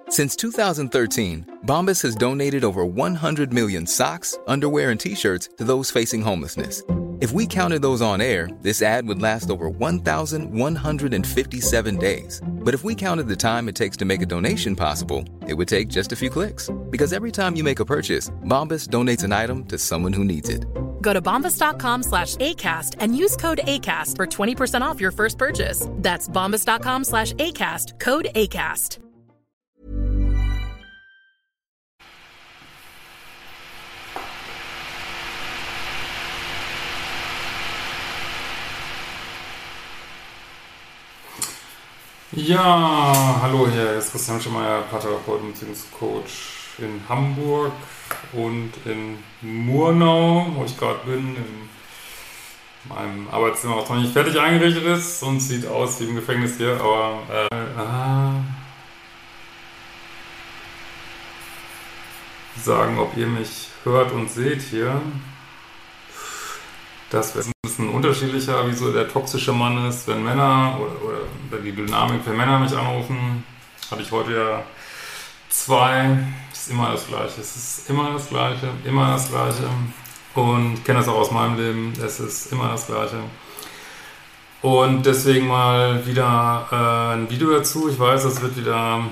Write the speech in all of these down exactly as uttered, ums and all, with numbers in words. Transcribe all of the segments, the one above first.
Since two thousand thirteen, Bombas has donated over one hundred million socks, underwear, and T-shirts to those facing homelessness. If we counted those on air, this ad would last over one thousand one hundred fifty-seven days. But if we counted the time it takes to make a donation possible, it would take just a few clicks. Because every time you make a purchase, Bombas donates an item to someone who needs it. Go to bombas.com slash ACAST and use code ACAST for twenty percent off your first purchase. That's bombas.com slash ACAST, code ACAST. Ja, hallo, hier ist Christian Schemeier, Paartherapeut und Beziehungscoach in Hamburg und in Murnau, wo ich gerade bin, in meinem Arbeitszimmer, was noch nicht fertig eingerichtet ist und sieht aus wie im Gefängnis hier, aber äh, ah, sagen, ob ihr mich hört und seht hier. Das wäre ein bisschen unterschiedlicher, wie so der toxische Mann ist, wenn Männer oder, oder die Dynamik, wenn Männer mich anrufen. Hatte ich heute ja zwei. Ist immer das Gleiche. Es ist immer das Gleiche, immer das Gleiche. Und ich kenne das auch aus meinem Leben. Es ist immer das Gleiche. Und deswegen mal wieder äh, ein Video dazu. Ich weiß, es wird wieder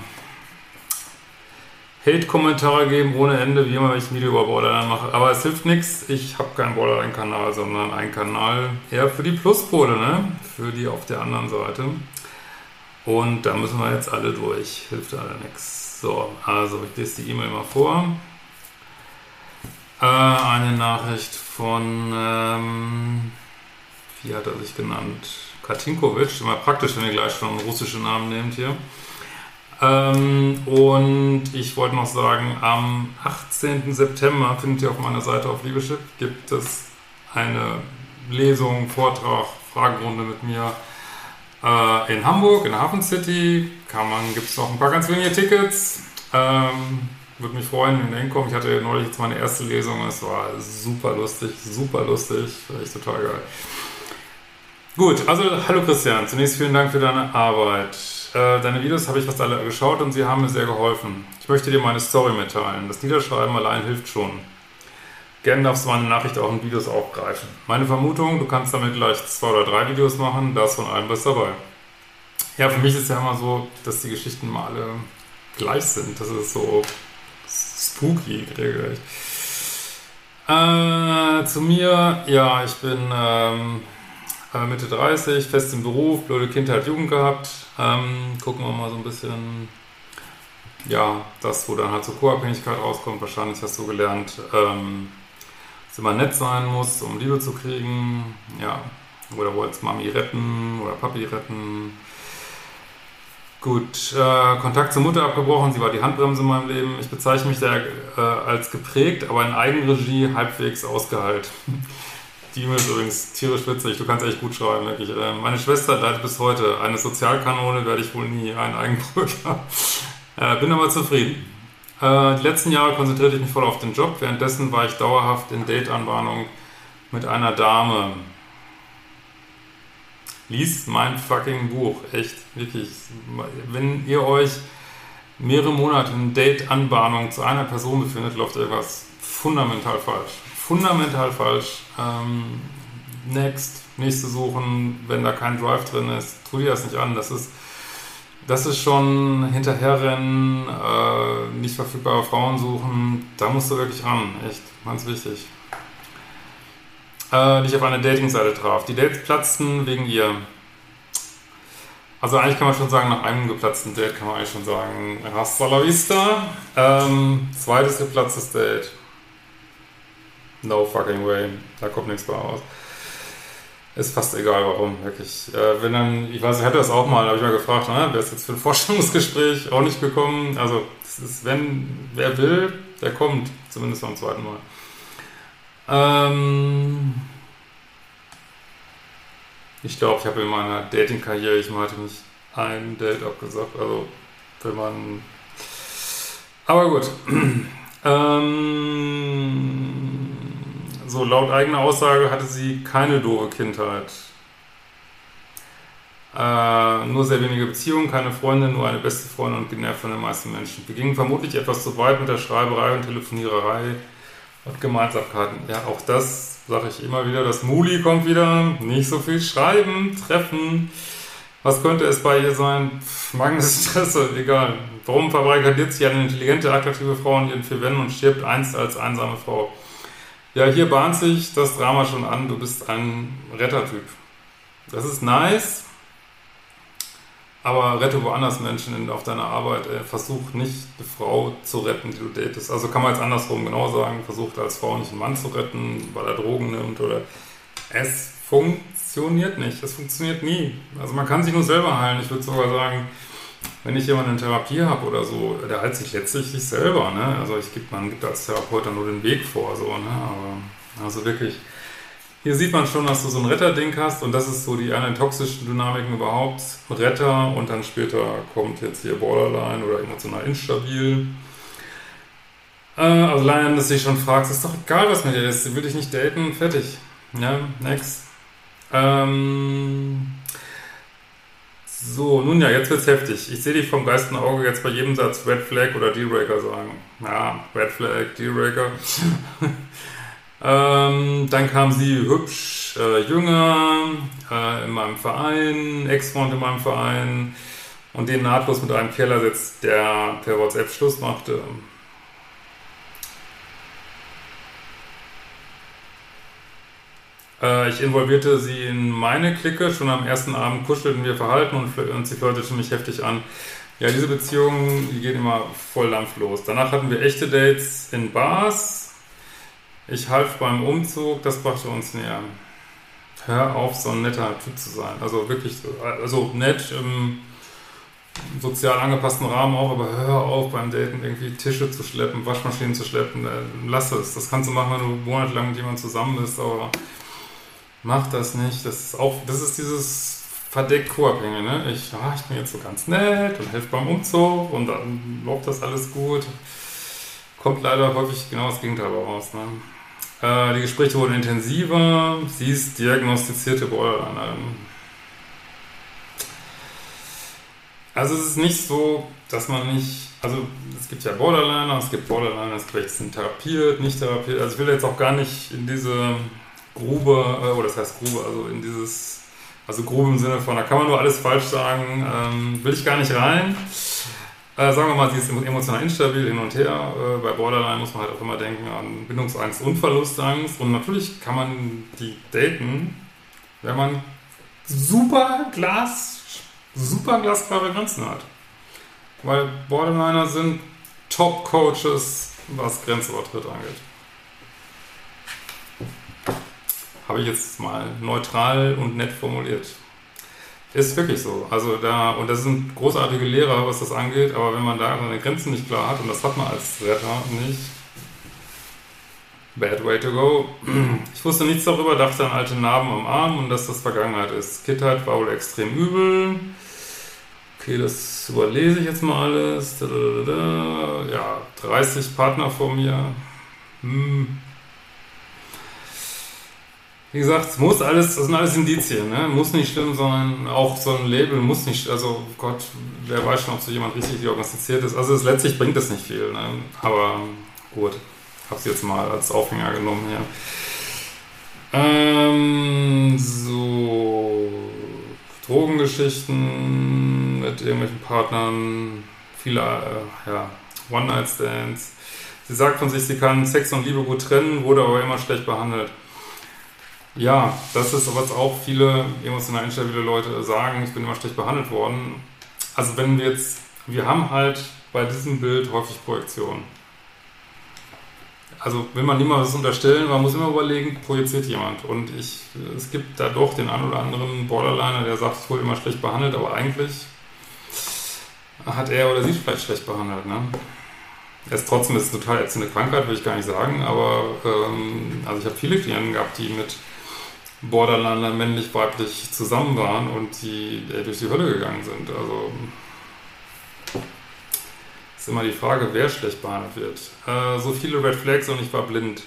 Hate-Kommentare geben ohne Ende, wie immer, wenn ich ein Video über Borderline mache. Aber es hilft nichts. Ich habe keinen Borderline-Kanal, sondern einen Kanal eher für die Pluspole, ne? Für die auf der anderen Seite. Und da müssen wir jetzt alle durch. Hilft alle nichts. So, also ich lese die E-Mail mal vor. Äh, eine Nachricht von, ähm, wie hat er sich genannt? Katinkovic. Immer praktisch, wenn ihr gleich schon einen russischen Namen nehmt hier. Ähm, und ich wollte noch sagen, am achtzehnten September findet ihr auf meiner Seite auf Liebeschip, gibt es eine Lesung, Vortrag, Fragerunde mit mir äh, in Hamburg, in der Hafen City. Kann man, gibt es noch ein paar ganz wenige Tickets. Ähm, würde mich freuen, wenn ihr hinkommt. Ich hatte neulich jetzt meine erste Lesung, es war super lustig, super lustig, war echt total geil. Gut, also hallo Christian, zunächst vielen Dank für deine Arbeit. Deine Videos habe ich fast alle geschaut und sie haben mir sehr geholfen. Ich möchte dir meine Story mitteilen. Das Niederschreiben allein hilft schon. Gerne darfst du meine Nachricht auch in Videos aufgreifen. Meine Vermutung, du kannst damit gleich zwei oder drei Videos machen, da ist von allem was dabei. Ja, für mich ist ja immer so, dass die Geschichten mal alle gleich sind. Das ist so spooky, regelrecht. Äh, zu mir, ja, ich bin ähm, Mitte dreißig, fest im Beruf, blöde Kindheit, Jugend gehabt. Ähm, gucken wir mal so ein bisschen, ja, das, wo dann halt so Co-Abhängigkeit rauskommt. Wahrscheinlich hast du gelernt, ähm, dass immer nett sein muss, um Liebe zu kriegen. Ja, oder wolltest Mami retten oder Papi retten. Gut, äh, Kontakt zur Mutter abgebrochen, sie war die Handbremse in meinem Leben. Ich bezeichne mich da äh, als geprägt, aber in Eigenregie halbwegs ausgeheilt. Die E-Mail ist übrigens tierisch witzig, du kannst echt gut schreiben, wirklich. Meine Schwester leidet bis heute. Eine Sozialkanone werde ich wohl nie, ein Eigenbrücker. Äh, bin aber zufrieden. Äh, die letzten Jahre konzentrierte ich mich voll auf den Job. Währenddessen war ich dauerhaft in Date-Anbahnung mit einer Dame. Lies mein fucking Buch, echt, wirklich. Wenn ihr euch mehrere Monate in Date-Anbahnung zu einer Person befindet, läuft irgendwas fundamental falsch. Fundamental falsch. Ähm, next, nächste suchen, wenn da kein Drive drin ist, tu dir das nicht an. Das ist, das ist schon hinterherrennen, äh, nicht verfügbare Frauen suchen. Da musst du wirklich ran, echt, ganz wichtig. Äh, die ich auf einer Dating-Seite traf. Die Dates platzten wegen ihr. Also eigentlich kann man schon sagen, nach einem geplatzten Date kann man eigentlich schon sagen, hasta la vista. Ähm, zweites geplatztes Date. No fucking way. Da kommt nichts bei raus. Ist fast egal, warum, wirklich. Äh, wenn dann, ich weiß, ich hatte das auch mal, da habe ich mal gefragt, na, wer ist jetzt für ein Vorstellungsgespräch auch nicht gekommen. Also, das ist, wenn, wer will, der kommt. Zumindest beim zweiten Mal. Ähm, ich glaube, ich habe in meiner Dating-Karriere, ich hatte nicht ein Date abgesagt. Also, wenn man. Aber gut. ähm. So, laut eigener Aussage hatte sie keine doofe Kindheit. Äh, nur sehr wenige Beziehungen, keine Freunde, nur eine beste Freundin und genervt von den meisten Menschen. Wir gingen vermutlich etwas zu weit mit der Schreiberei und Telefoniererei und Gemeinsamkeiten. Ja, auch das sage ich immer wieder. Das Muli kommt wieder. Nicht so viel schreiben, treffen. Was könnte es bei ihr sein? Pff, Mageninteresse, egal. Warum verbarrikadiert sich eine intelligente, attraktive Frau in ihren vier Wänden und stirbt einst als einsame Frau? Ja, hier bahnt sich das Drama schon an. Du bist ein Rettertyp. Das ist nice. Aber rette woanders Menschen in, auf deiner Arbeit. Äh, versuch nicht eine Frau zu retten, die du datest. Also kann man jetzt andersrum genau sagen. Versuch als Frau nicht einen Mann zu retten, weil er Drogen nimmt oder... Es funktioniert nicht. Es funktioniert nie. Also man kann sich nur selber heilen. Ich würde sogar sagen, wenn ich jemanden in Therapie habe oder so, der heilt sich letztlich sich selber. Ne? Also ich gibt, man gibt als Therapeut dann nur den Weg vor. So, ne? Aber also wirklich... Hier sieht man schon, dass du so ein Retter-Ding hast und das ist so die eine toxischen Dynamiken überhaupt. Retter und dann später kommt jetzt hier Borderline oder emotional instabil. Äh, also allein, dass du dich schon fragst, ist doch egal, was mit dir ist. Sie will dich nicht daten, fertig. Ja, next. Ähm, so, nun ja, jetzt wird's heftig. Ich sehe dich vom geistigen Auge jetzt bei jedem Satz Red Flag oder Dealbreaker sagen. Ja, Red Flag, Dealbreaker. Ähm, dann kam sie hübsch, äh, jünger, äh, in meinem Verein, Ex-Freund in meinem Verein und den nahtlos mit einem Kerl ersetzt, der per WhatsApp Schluss machte. Äh, ich involvierte sie in meine Clique, schon am ersten Abend kuschelten wir verhalten und, und sie flirtete mich heftig an. Ja, diese Beziehung, die geht immer voll Dampf los. Danach hatten wir echte Dates in Bars. Ich half beim Umzug, das brachte uns näher. Hör auf, so ein netter Typ zu sein. Also wirklich, also nett im sozial angepassten Rahmen auch, aber hör auf, beim Daten irgendwie Tische zu schleppen, Waschmaschinen zu schleppen. Lass es. Das kannst du machen, wenn du monatelang mit jemandem zusammen bist, aber mach das nicht. Das ist auch, das ist dieses verdeckt Co-Abhängige, ne? Ich, ah, ich bin jetzt so ganz nett und helfe beim Umzug und dann läuft das alles gut. Kommt leider häufig genau das Gegenteil raus, ne? Äh, die Gespräche wurden intensiver. Sie ist diagnostizierte Borderline. Also es ist nicht so, dass man nicht, also es gibt ja Borderliner, es gibt Borderliner, es gibt welche sind therapiert, nicht therapiert. Also ich will jetzt auch gar nicht in diese Grube, äh, oder das heißt Grube, also in dieses, also Grube im Sinne von, da kann man nur alles falsch sagen, ähm, will ich gar nicht rein. Äh, sagen wir mal, sie ist emotional instabil, hin und her. Äh, bei Borderline muss man halt auch immer denken an Bindungsangst und Verlustangst. Und natürlich kann man die daten, wenn man super Glas, super glasklare Grenzen hat. Weil Borderliner sind Top-Coaches, was Grenzübertritt angeht. Habe ich jetzt mal neutral und nett formuliert. Ist wirklich so. Also da, und das sind großartige Lehrer, was das angeht, aber wenn man da seine Grenzen nicht klar hat, und das hat man als Retter nicht, bad way to go. Ich wusste nichts darüber, dachte an alte Narben am Arm und dass das Vergangenheit ist. Kindheit war wohl extrem übel. Okay, das überlese ich jetzt mal alles. Ja, dreißig Partner vor mir. Hm. Wie gesagt, es muss alles, das sind alles Indizien, ne? Muss nicht schlimm sein, auch so ein Label muss nicht, also Gott, wer weiß schon, ob so jemand richtig diagnostiziert ist. Also es, letztlich bringt das nicht viel, ne? Aber gut, ich habe es jetzt mal als Aufhänger genommen hier. Ähm, so, Drogengeschichten mit irgendwelchen Partnern, viele, äh, ja, One-Night-Stands. Sie sagt von sich, sie kann Sex und Liebe gut trennen, wurde aber immer schlecht behandelt. Ja, das ist, was auch viele emotional instabile Leute sagen, ich bin immer schlecht behandelt worden. Also wenn wir jetzt, wir haben halt bei diesem Bild häufig Projektion. Also will man niemandem was unterstellen, man muss immer überlegen, projiziert jemand. Und ich, es gibt da doch den einen oder anderen Borderliner, der sagt, ich wurde immer schlecht behandelt, aber eigentlich hat er oder sie vielleicht schlecht behandelt, ne? Es ist trotzdem ist eine total ätzende Krankheit, will ich gar nicht sagen, aber ähm, also ich habe viele Klienten gehabt, die mit Borderliner männlich-weiblich zusammen waren und die äh, durch die Hölle gegangen sind. Also ist immer die Frage, wer schlecht behandelt wird. Äh, so viele Red Flags und ich war blind.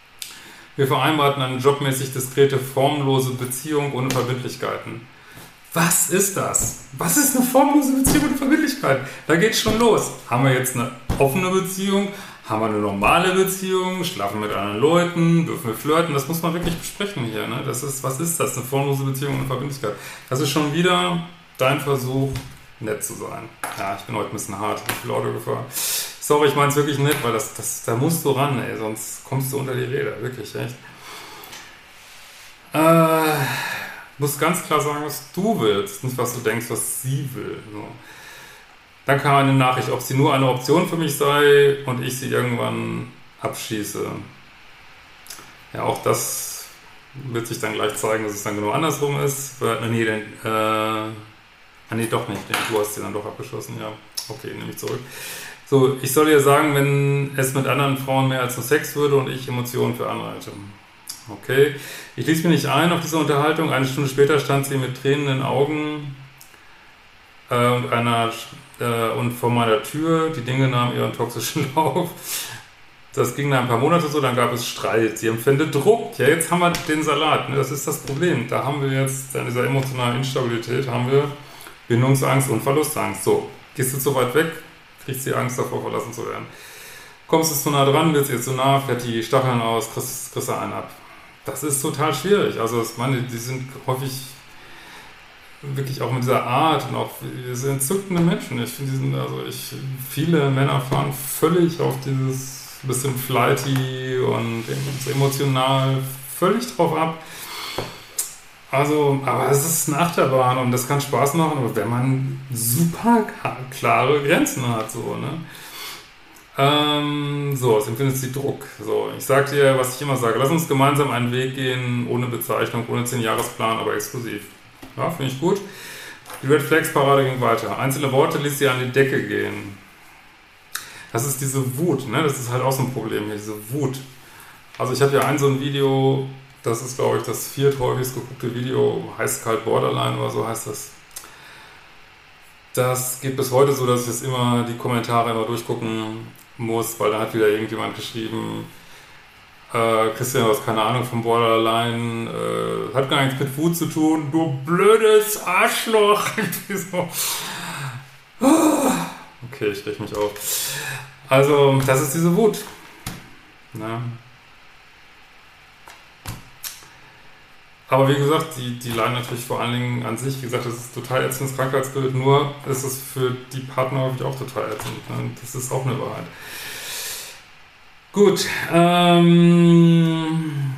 Wir vereinbarten eine jobmäßig diskrete, formlose Beziehung ohne Verbindlichkeiten. Was ist das? Was ist eine formlose Beziehung und Verbindlichkeit? Da geht's schon los. Haben wir jetzt eine offene Beziehung? Haben wir eine normale Beziehung? Schlafen mit anderen Leuten? Dürfen wir flirten? Das muss man wirklich besprechen hier. Ne? Das ist, was ist das? Eine formlose Beziehung und eine Verbindlichkeit. Das ist schon wieder dein Versuch, nett zu sein. Ja, ich bin heute ein bisschen hart. Ich bin viel Auto gefahren. Sorry, ich meine es wirklich nett, weil das, das, da musst du ran, ey, sonst kommst du unter die Räder. Wirklich, echt. Äh... Du musst ganz klar sagen, was du willst, nicht was du denkst, was sie will. So. Dann kam eine Nachricht, ob sie nur eine Option für mich sei und ich sie irgendwann abschieße. Ja, auch das wird sich dann gleich zeigen, dass es dann genau andersrum ist. Äh, nee, denn, äh, ah, nee, doch nicht. Du hast sie dann doch abgeschossen, ja. Okay, nehme ich zurück. So, ich soll ihr sagen, wenn es mit anderen Frauen mehr als nur Sex würde und ich Emotionen für andere hätte. Okay, ich ließ mich nicht ein auf diese Unterhaltung. Eine Stunde später stand sie mit tränenden Augen äh, und, einer, äh, und vor meiner Tür. Die Dinge nahmen ihren toxischen Lauf. Das ging dann ein paar Monate so, dann gab es Streit. Sie empfindet Druck. Ja, jetzt haben wir den Salat. Ne? Das ist das Problem. Da haben wir jetzt, in dieser emotionalen Instabilität, haben wir Bindungsangst und Verlustangst. So, gehst du zu weit weg, kriegst du Angst davor, verlassen zu werden. Kommst du zu nah dran, willst ihr zu nah, fährt die Stacheln aus, kriegst, kriegst du einen ab. Das ist total schwierig. Also ich meine, die sind häufig wirklich auch mit dieser Art und auch wir sind entzückende Menschen. Ich finde, die sind, also ich, viele Männer fahren völlig auf dieses bisschen flighty und emotional völlig drauf ab. Also, aber es ist eine Achterbahn und das kann Spaß machen, aber wenn man super klare Grenzen hat, so, ne? Ähm, so, es empfindet sie Druck. So, ich sag dir, was ich immer sage, lass uns gemeinsam einen Weg gehen, ohne Bezeichnung, ohne zehn-Jahresplan, aber exklusiv. Ja, finde ich gut. Die Red Flags Parade ging weiter. Einzelne Worte ließ sie an die Decke gehen. Das ist diese Wut, ne? Das ist halt auch so ein Problem hier, diese Wut. Also ich habe ja ein so ein Video, das ist glaube ich das vierthäufigst geguckte Video, heißt kalt Borderline oder so heißt das. Das geht bis heute so, dass ich jetzt immer die Kommentare immer durchgucken muss, weil da hat wieder irgendjemand geschrieben, äh, Christian, du hast keine Ahnung vom Borderline, äh, hat gar nichts mit Wut zu tun, du blödes Arschloch. so. Okay, ich reg mich auf. Also, das ist diese Wut. Na? Aber wie gesagt, die, die leiden natürlich vor allen Dingen an sich. Wie gesagt, das ist total ätzendes Krankheitsbild, nur ist es für die Partner häufig auch total ätzend. Ne? Das ist auch eine Wahrheit. Gut. Ähm,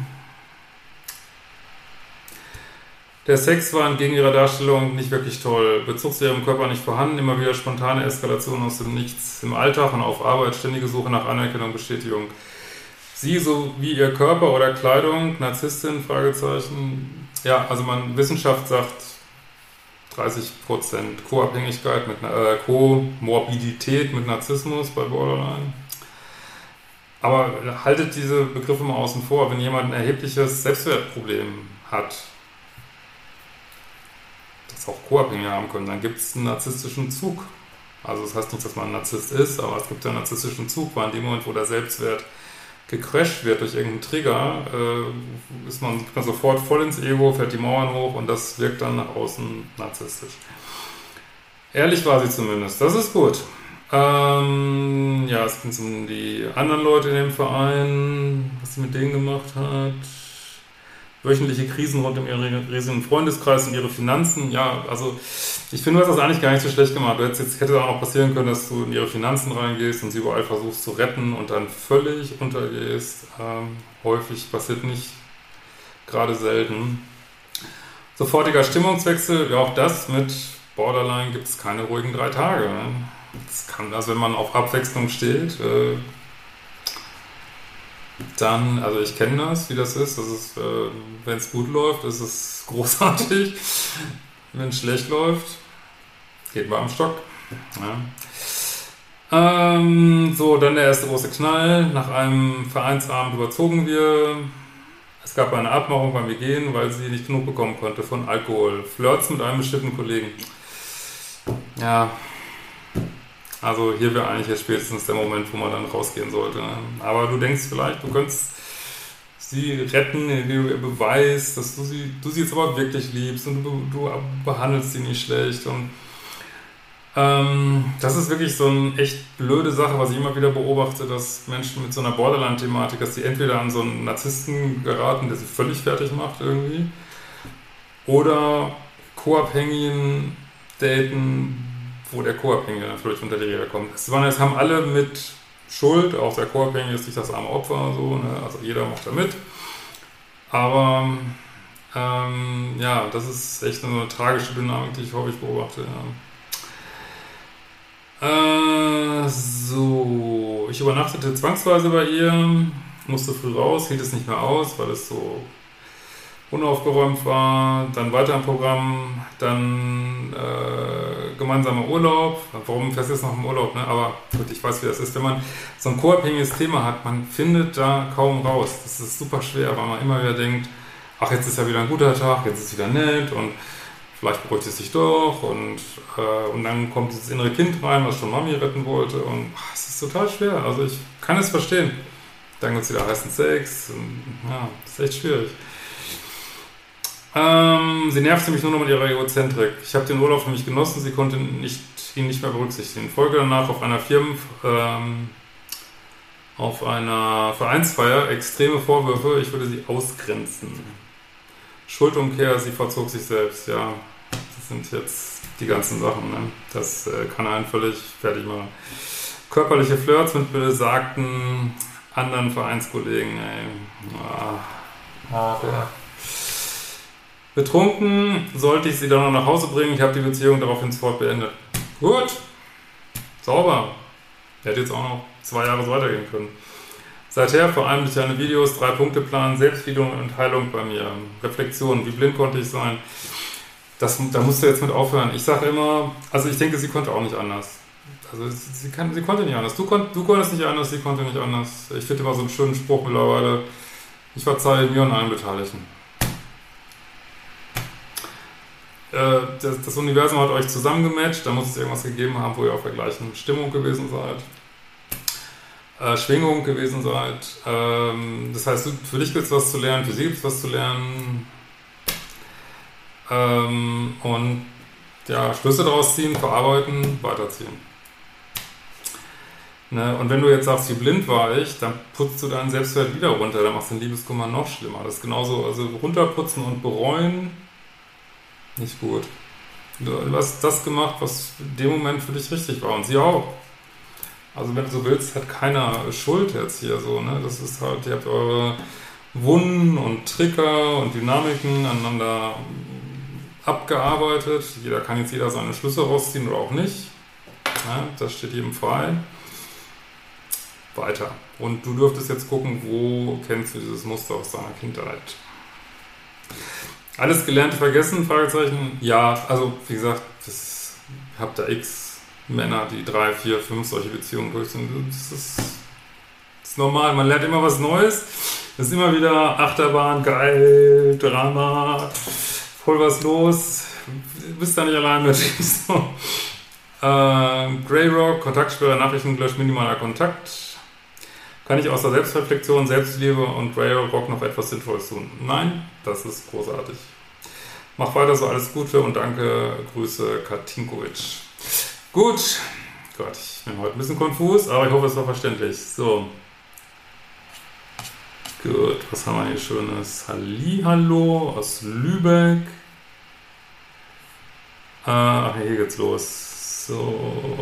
der Sex war entgegen ihrer Darstellung nicht wirklich toll. Bezug zu ihrem Körper nicht vorhanden. Immer wieder spontane Eskalation aus dem Nichts. Im Alltag und auf Arbeit ständige Suche nach Anerkennung, Bestätigung. Sie sowie ihr Körper oder Kleidung, Narzisstin, Fragezeichen. Ja, also man, Wissenschaft sagt dreißig Prozent Co-Abhängigkeit, mit äh, Komorbidität mit Narzissmus bei Borderline. Aber haltet diese Begriffe mal außen vor, wenn jemand ein erhebliches Selbstwertproblem hat, das auch Co-Abhängige haben können, dann gibt es einen narzisstischen Zug. Also das heißt nicht, dass man ein Narzisst ist, aber es gibt ja einen narzisstischen Zug, weil in dem Moment, wo der Selbstwert gecrasht wird durch irgendeinen Trigger, äh, ist man, geht man sofort voll ins Ego, fährt die Mauern hoch und das wirkt dann nach außen narzisstisch. Ehrlich war sie zumindest, das ist gut. Ähm, ja, es ging um die anderen Leute in dem Verein, was sie mit denen gemacht hat. Wöchentliche Krisen rund um ihren riesigen Freundeskreis und ihre Finanzen. Ja, also ich finde, du hast das eigentlich gar nicht so schlecht gemacht. Du hättest, jetzt hätte auch noch passieren können, dass du in ihre Finanzen reingehst und sie überall versuchst zu retten und dann völlig untergehst. Ähm, häufig passiert nicht, gerade selten. Sofortiger Stimmungswechsel, ja auch das mit Borderline gibt es keine ruhigen drei Tage. Ne? Das kann, also wenn man auf Abwechslung steht, äh, dann, also ich kenne das, wie das ist. Das ist, äh, wenn es gut läuft, ist es großartig. Wenn es schlecht läuft, geht man am Stock. Ja. Ähm, so, dann der erste große Knall. Nach einem Vereinsabend überzogen wir. Es gab eine Abmachung beim Gehen, weil sie nicht genug bekommen konnte von Alkohol. Flirts mit einem bestimmten Kollegen. Ja. Also hier wäre eigentlich jetzt spätestens der Moment, wo man dann rausgehen sollte. Ne? Aber du denkst vielleicht, du könntest sie retten, indem du ihr beweist, dass du sie, du sie jetzt aber wirklich liebst und du, du behandelst sie nicht schlecht. Und ähm, das ist wirklich so eine echt blöde Sache, was ich immer wieder beobachte, dass Menschen mit so einer Borderline-Thematik, dass die entweder an so einen Narzissten geraten, der sie völlig fertig macht irgendwie, oder Co-Abhängigen daten, wo der Co-Abhängige natürlich unter die Räder kommt. Es waren, es haben alle mit Schuld, auch der Co-Abhängige ist nicht das arme Opfer, so, ne? Also jeder macht da mit. Aber ähm, ja, das ist echt eine tragische Dynamik, die ich häufig beobachte. Ja. Äh, so, ich übernachtete zwangsweise bei ihr, musste früh raus, hielt es nicht mehr aus, weil es so unaufgeräumt war, dann weiter im Programm, dann äh, gemeinsamer Urlaub. Warum fährst du jetzt noch im Urlaub? Ne? Aber gut, ich weiß, wie das ist. Wenn man so ein co-abhängiges Thema hat, man findet da kaum raus. Das ist super schwer, weil man immer wieder denkt, ach, jetzt ist ja wieder ein guter Tag, jetzt ist es wieder nett und vielleicht beruhigt es sich doch und, äh, und dann kommt dieses innere Kind rein, was schon Mami retten wollte und ach, es ist total schwer. Also ich kann es verstehen. Dann gibt es wieder heißen Sex und ja, das ist echt schwierig. Ähm, sie nervte mich nur noch mit ihrer Egozentrik. Ich habe den Urlaub für mich genossen, sie konnte nicht, ihn nicht mehr berücksichtigen. Folge danach auf einer Firmen, ähm, auf einer Vereinsfeier extreme Vorwürfe, ich würde sie ausgrenzen. Schuldumkehr, sie verzog sich selbst, ja. Das sind jetzt die ganzen Sachen, ne? Das äh, kann einen völlig fertig machen. Körperliche Flirts mit besagten anderen Vereinskollegen, ey. Ah, ah, ja. Betrunken sollte ich sie dann noch nach Hause bringen. Ich habe die Beziehung daraufhin sofort beendet. Gut. Sauber. Hätte jetzt auch noch zwei Jahre so weitergehen können. Seither vor allem durch deine Videos, drei Punkte Plan, Selbstfindung und Heilung bei mir. Reflexion, wie blind konnte ich sein? Das, da musst du jetzt mit aufhören. Ich sage immer, also ich denke, sie konnte auch nicht anders. Also sie, sie, kann, sie konnte nicht anders. Du, konnt, du konntest nicht anders, sie konnte nicht anders. Ich finde immer so einen schönen Spruch mittlerweile. Ich verzeihe mir und allen Beteiligten. Das, das Universum hat euch zusammengematcht, da muss es irgendwas gegeben haben, wo ihr auf der gleichen Stimmung gewesen seid, äh, Schwingung gewesen seid. Ähm, das heißt, für dich gibt es was zu lernen, für sie gibt es was zu lernen. Ähm, und ja, Schlüsse daraus ziehen, verarbeiten, weiterziehen. Ne? Und wenn du jetzt sagst, wie blind war ich, dann putzt du deinen Selbstwert wieder runter, dann machst du den Liebeskummer noch schlimmer. Das ist genauso, also runterputzen und bereuen, nicht gut. Du hast das gemacht, was in dem Moment für dich richtig war und sie auch. Also wenn du so willst, hat keiner Schuld jetzt hier so, ne? Das ist halt, ihr habt eure Wunden und Trigger und Dynamiken aneinander abgearbeitet. Jeder kann jetzt jeder seine Schlüsse rausziehen oder auch nicht. Ja, das steht jedem frei. Weiter. Und du dürftest jetzt gucken, wo kennst du dieses Muster aus deiner Kindheit. Alles Gelernte vergessen? Fragezeichen. Ja, also wie gesagt, das, ich habe da x Männer, die drei, vier, fünf solche Beziehungen durch sind. Das ist, das ist normal. Man lernt immer was Neues. Das ist immer wieder Achterbahn, geil, Drama, voll was los. Du bist da nicht allein mit. So. Äh, Grey Rock, Kontaktsperre, Nachrichten gelöscht, minimaler Kontakt. Kann ich außer Selbstreflexion, Selbstliebe und Grey Rock noch etwas Sinnvolles tun? Nein, das ist großartig. Mach weiter so, alles Gute und danke, Grüße, Katinkovic. Gut, Gott, ich bin heute ein bisschen konfus, aber ich hoffe, es war verständlich. So. Gut, was haben wir hier Schönes? Hallihallo aus Lübeck. Ach, hier geht's los. So.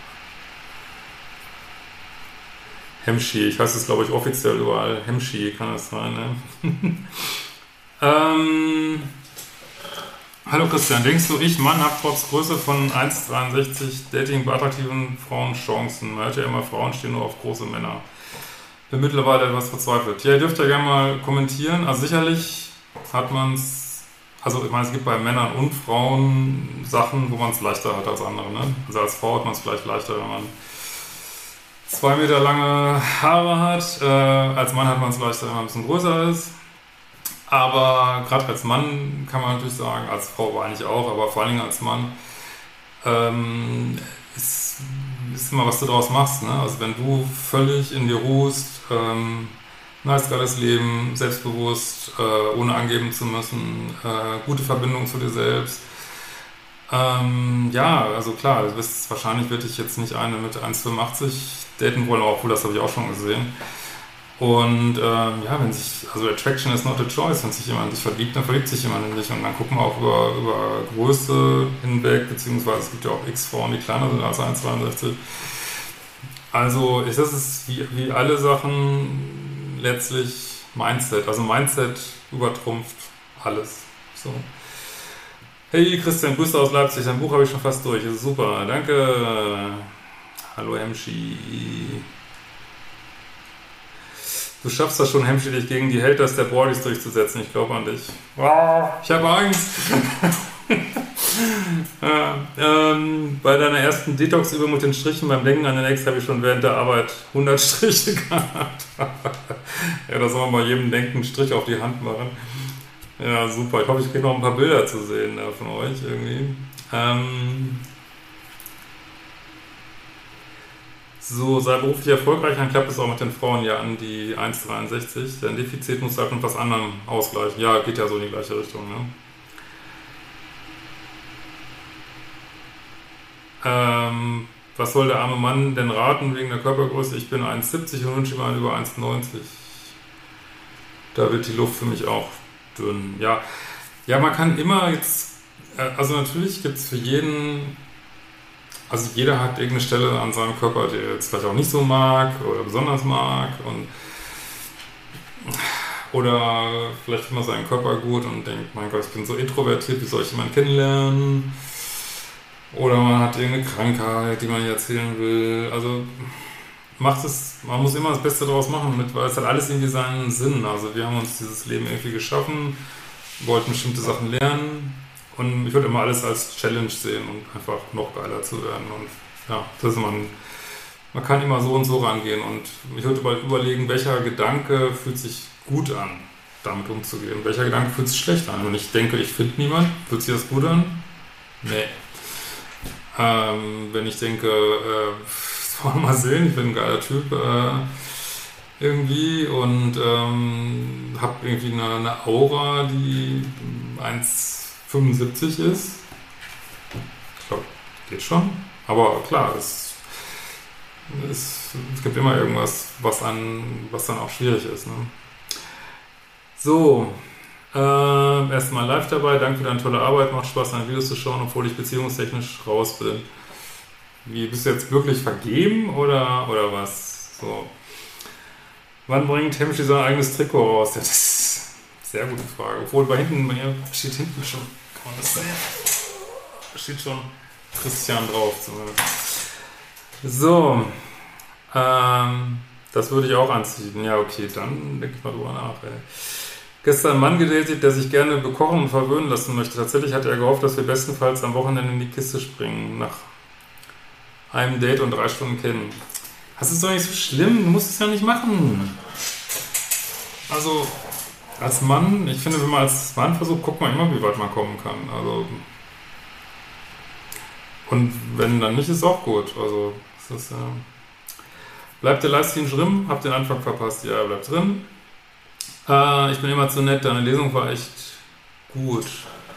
Hemschi, ich heiße es glaube ich offiziell überall. Hemschi, kann das sein, ne? ähm, hallo Christian, denkst du, ich Mann habe trotz Größe von eins Komma dreiundsechzig Dating bei attraktiven Frauen Chancen? Man hört ja immer, Frauen stehen nur auf große Männer. Bin mittlerweile etwas verzweifelt. Ja, ihr dürft ja gerne mal kommentieren. Also sicherlich hat man es, also ich meine, es gibt bei Männern und Frauen Sachen, wo man es leichter hat als andere, ne? Also als Frau hat man es vielleicht leichter, wenn man zwei Meter lange Haare hat. Äh, als Mann hat man es leichter, wenn man ein bisschen größer ist. Aber gerade als Mann kann man natürlich sagen, als Frau war eigentlich auch, aber vor allen Dingen als Mann, ähm, ist, ist immer, was du daraus machst. Ne? Also wenn du völlig in dir ruhst, ähm, nice, geiles Leben, selbstbewusst, äh, ohne angeben zu müssen, äh, gute Verbindung zu dir selbst. Ähm, ja, also klar, du wirst, wahrscheinlich würde ich jetzt nicht eine mit eins Komma fünfundachtzig daten wollen, obwohl das habe ich auch schon gesehen. Und ähm, ja, wenn sich, also Attraction is not a choice, wenn sich jemand in dich verliebt, dann verliebt sich jemand in dich und dann gucken wir auch über, über Größe hinweg, beziehungsweise es gibt ja auch x Frauen, die kleiner sind als eins Komma zweiundsechzig. Also das ist wie, wie alle Sachen letztlich Mindset, also Mindset übertrumpft alles. So. Hey Christian, Grüße aus Leipzig, dein Buch habe ich schon fast durch, das ist super, danke. Hallo Hemschi. Du schaffst das schon, Hemschi, dich gegen die Haters der Boardies durchzusetzen. Ich glaube an dich. Wow, ich habe Angst. ja, ähm, bei deiner ersten Detox-Übung mit den Strichen beim Denken an den Ex habe ich schon während der Arbeit hundert Striche gehabt. ja, da soll man bei jedem Denken einen Strich auf die Hand machen. Ja, super. Ich hoffe, ich kriege noch ein paar Bilder zu sehen äh, von euch irgendwie. Ähm... So, sei beruflich erfolgreich, dann klappt es auch mit den Frauen ja an die eins Komma dreiundsechzig. Dein Defizit muss halt mit was anderem ausgleichen. Ja, geht ja so in die gleiche Richtung. Ne? Ähm, was soll der arme Mann denn raten wegen der Körpergröße? Ich bin eins Komma siebzig und wünsche mir über eins Komma neunzig. Da wird die Luft für mich auch dünn. Ja, ja, man kann immer jetzt, also natürlich gibt es für jeden... Also jeder hat irgendeine Stelle an seinem Körper, die er jetzt vielleicht auch nicht so mag oder besonders mag und oder vielleicht findet man seinen Körper gut und denkt, mein Gott, ich bin so introvertiert, wie soll ich jemanden kennenlernen? Oder man hat irgendeine Krankheit, die man hier erzählen will. Also macht es, man muss immer das Beste daraus machen, mit, weil es hat alles irgendwie seinen Sinn. Also wir haben uns dieses Leben irgendwie geschaffen, wollten bestimmte Sachen lernen. Und ich würde immer alles als Challenge sehen und einfach noch geiler zu werden. Und ja, das ist man, man kann immer so und so rangehen. Und ich würde mal überlegen, welcher Gedanke fühlt sich gut an, damit umzugehen. Welcher Gedanke fühlt sich schlecht an? Wenn ich denke, ich finde niemand, fühlt sich das gut an? Nee. Ähm, wenn ich denke, äh, wollen wir mal sehen, ich bin ein geiler Typ äh, irgendwie und ähm, habe irgendwie eine, eine Aura, die eins Komma fünfundsiebzig ist. Ich glaube, geht schon. Aber klar, es, es, es gibt immer irgendwas, was, an, was dann auch schwierig ist. Ne? So, äh, erstmal live dabei. Danke für deine tolle Arbeit. Macht Spaß, deine Videos zu schauen, obwohl ich beziehungstechnisch raus bin. Wie, bist du jetzt wirklich vergeben oder, oder was? So. Wann bringt Hemschi sein eigenes Trikot raus? Ja, das ist eine sehr gute Frage. Obwohl bei hinten, bei mir steht hinten schon, kann man das sehen? Da steht schon Christian drauf zumindest. So, ähm, das würde ich auch anziehen. Ja, okay, dann denke ich mal drüber nach. Ey. Gestern ein Mann gedatet, der sich gerne bekochen und verwöhnen lassen möchte. Tatsächlich hat er gehofft, dass wir bestenfalls am Wochenende in die Kiste springen. Nach einem Date und drei Stunden kennen. Das ist doch nicht so schlimm, du musst es ja nicht machen. Also, als Mann, ich finde, wenn man als Mann versucht, guckt man immer, wie weit man kommen kann. Also, und wenn dann nicht, ist es auch gut. Also, das ist, äh, bleibt der Livestream drin? Hab den Anfang verpasst. Ja, er bleibt drin. Äh, ich bin immer zu nett, deine Lesung war echt gut.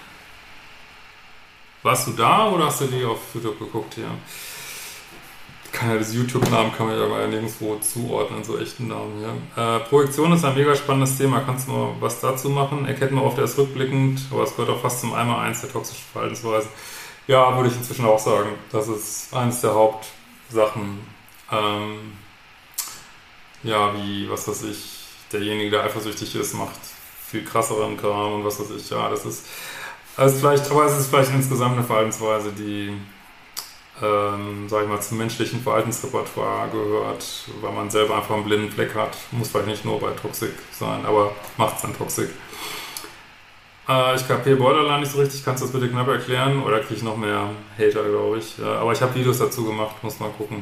Warst du da oder hast du die auf YouTube geguckt hier? Kann ja das YouTube-Namen kann man ja mal nirgendwo zuordnen, so echten Namen hier. Äh, Projektion ist ein mega spannendes Thema. Kannst du mal was dazu machen? Erkennt man oft erst rückblickend, aber es gehört auch fast zum Einmal eins der toxischen Verhaltensweisen. Ja, würde ich inzwischen auch sagen. Das ist eines der Hauptsachen. Ähm, ja, wie, was weiß ich, derjenige, der eifersüchtig ist, macht viel krasseren Kram und was weiß ich. Ja, das ist, also vielleicht, aber es ist vielleicht insgesamt eine Verhaltensweise, die Ähm, sag ich mal, zum menschlichen Verhaltensrepertoire gehört, weil man selber einfach einen blinden Fleck hat. Muss vielleicht nicht nur bei Toxic sein, aber macht es dann Toxic. Äh, ich kapiere Borderline nicht so richtig, kannst du das bitte knapp erklären? Oder kriege ich noch mehr Hater, glaube ich. Ja, aber ich habe Videos dazu gemacht, muss mal gucken.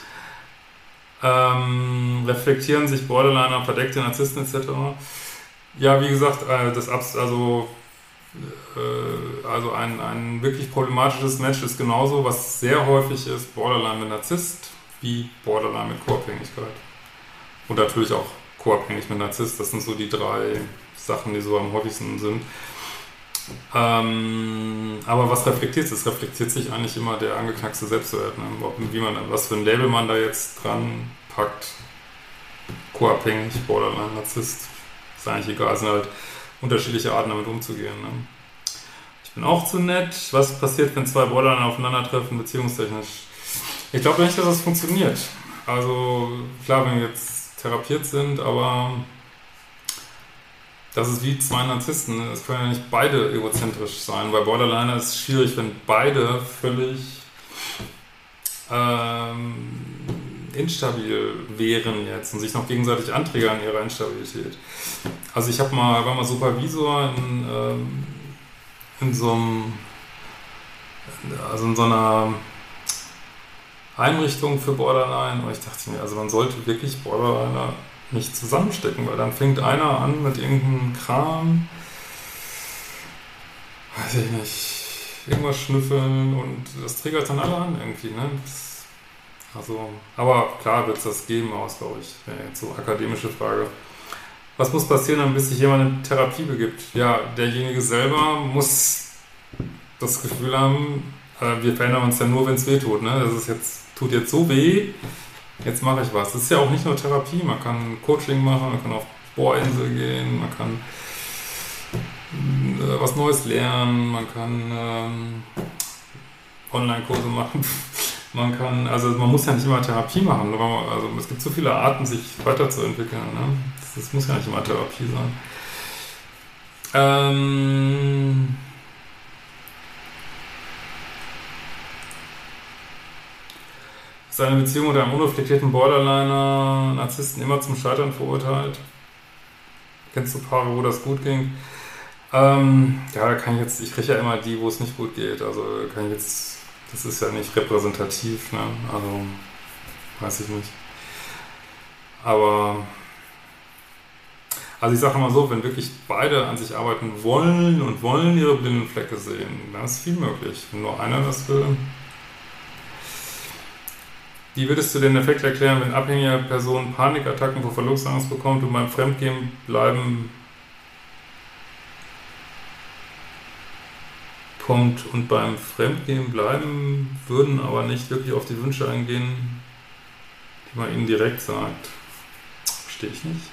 Ähm, reflektieren sich Borderliner, verdeckte Narzissten et cetera. Ja, wie gesagt, äh, das Abs also Also ein, ein wirklich problematisches Match ist genauso, was sehr häufig ist, Borderline mit Narzisst, wie Borderline mit Co-Abhängigkeit. Und natürlich auch co-abhängig mit Narzisst. Das sind so die drei Sachen, die so am häufigsten sind. Ähm, aber was reflektiert es? Es reflektiert sich eigentlich immer der angeknackste Selbstwert. Ne? Wie man, was für ein Label man da jetzt dran packt. Co-abhängig, Borderline, Narzisst. Ist eigentlich egal. Es sind halt unterschiedliche Arten, damit umzugehen. Ne? Ich bin auch zu nett. Was passiert, wenn zwei Borderline aufeinandertreffen, beziehungstechnisch? Ich glaube nicht, dass das funktioniert. Also klar, wenn wir jetzt therapiert sind, aber das ist wie zwei Narzissten. Es können ja nicht beide egozentrisch sein. Bei Borderliner ist es schwierig, wenn beide völlig ähm, instabil wären jetzt und sich noch gegenseitig anträgern in ihrer Instabilität. Also ich habe mal, war mal Supervisor in, ähm, in so einem, also in so einer Einrichtung für Borderline und ich dachte mir, also man sollte wirklich Borderliner nicht zusammenstecken, weil dann fängt einer an mit irgendeinem Kram, weiß ich nicht, irgendwas schnüffeln und das triggert dann alle an irgendwie, ne? Das, also, aber klar wird es das geben aus, glaube ich. Ja, jetzt so akademische Frage. Was muss passieren, damit sich jemand in Therapie begibt? Ja, derjenige selber muss das Gefühl haben, äh, wir verändern uns ja nur, wenn es weh tut, ne? Das ist jetzt, tut jetzt so weh, jetzt mache ich was. Das ist ja auch nicht nur Therapie, man kann Coaching machen, man kann auf Bohrinsel gehen, man kann äh, was Neues lernen, man kann ähm, Online-Kurse machen, man kann, also man muss ja nicht immer Therapie machen, aber also es gibt so viele Arten, sich weiterzuentwickeln, ne? das, das muss ja nicht immer Therapie sein. Ähm... Ist eine Beziehung mit einem unreflektierten Borderliner, Narzissten immer zum Scheitern verurteilt? Kennst du Paare, wo das gut ging? Ähm, ja, da kann ich jetzt, ich kriege ja immer die, wo es nicht gut geht. Also kann ich jetzt, das ist ja nicht repräsentativ, ne? Also weiß ich nicht. Aber, also ich sage mal so, wenn wirklich beide an sich arbeiten wollen und wollen ihre blinden Flecke sehen, dann ist viel möglich. Wenn nur einer das will. Wie würdest du den Effekt erklären, wenn abhängige Person Panikattacken vor Verlustangst bekommt und beim Fremdgehen bleiben kommt und beim Fremdgehen bleiben würden, aber nicht wirklich auf die Wünsche eingehen, die man ihnen direkt sagt? Verstehe ich nicht.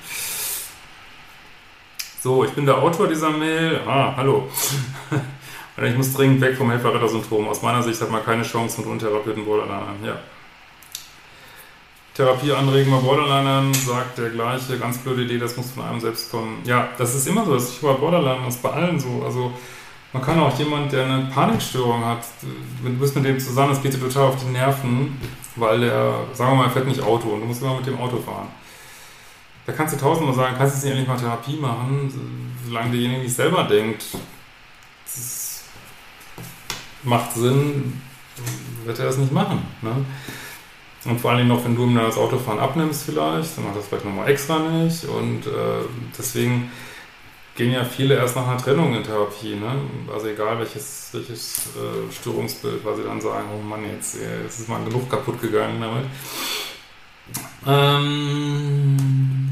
So, ich bin der Autor dieser Mail. Ah, hallo. Und ich muss dringend weg vom Helferretter-Syndrom. Aus meiner Sicht hat man keine Chance mit untherapierten Borderlinern. Ja. Therapie anregen bei Borderlinern, sagt der gleiche, ganz blöde Idee, das muss von einem selbst kommen. Ja, das ist immer so, das ist bei Borderlinern, das ist bei allen so. Also man kann auch jemand, der eine Panikstörung hat, du bist mit dem zusammen, es geht dir total auf die Nerven, weil der, sagen wir mal, er fährt nicht Auto und du musst immer mit dem Auto fahren. Da kannst du tausendmal sagen, kannst du jetzt nicht endlich mal Therapie machen, solange derjenige nicht selber denkt, das macht Sinn, wird er das nicht machen, ne? Und vor allen Dingen noch, wenn du ihm dann das Autofahren abnimmst vielleicht, dann macht das vielleicht nochmal extra nicht. Und äh, deswegen gehen ja viele erst nach einer Trennung in Therapie, ne? Also egal welches, welches äh, Störungsbild, weil sie dann sagen, oh Mann, jetzt, jetzt ist mal genug kaputt gegangen damit. Ähm,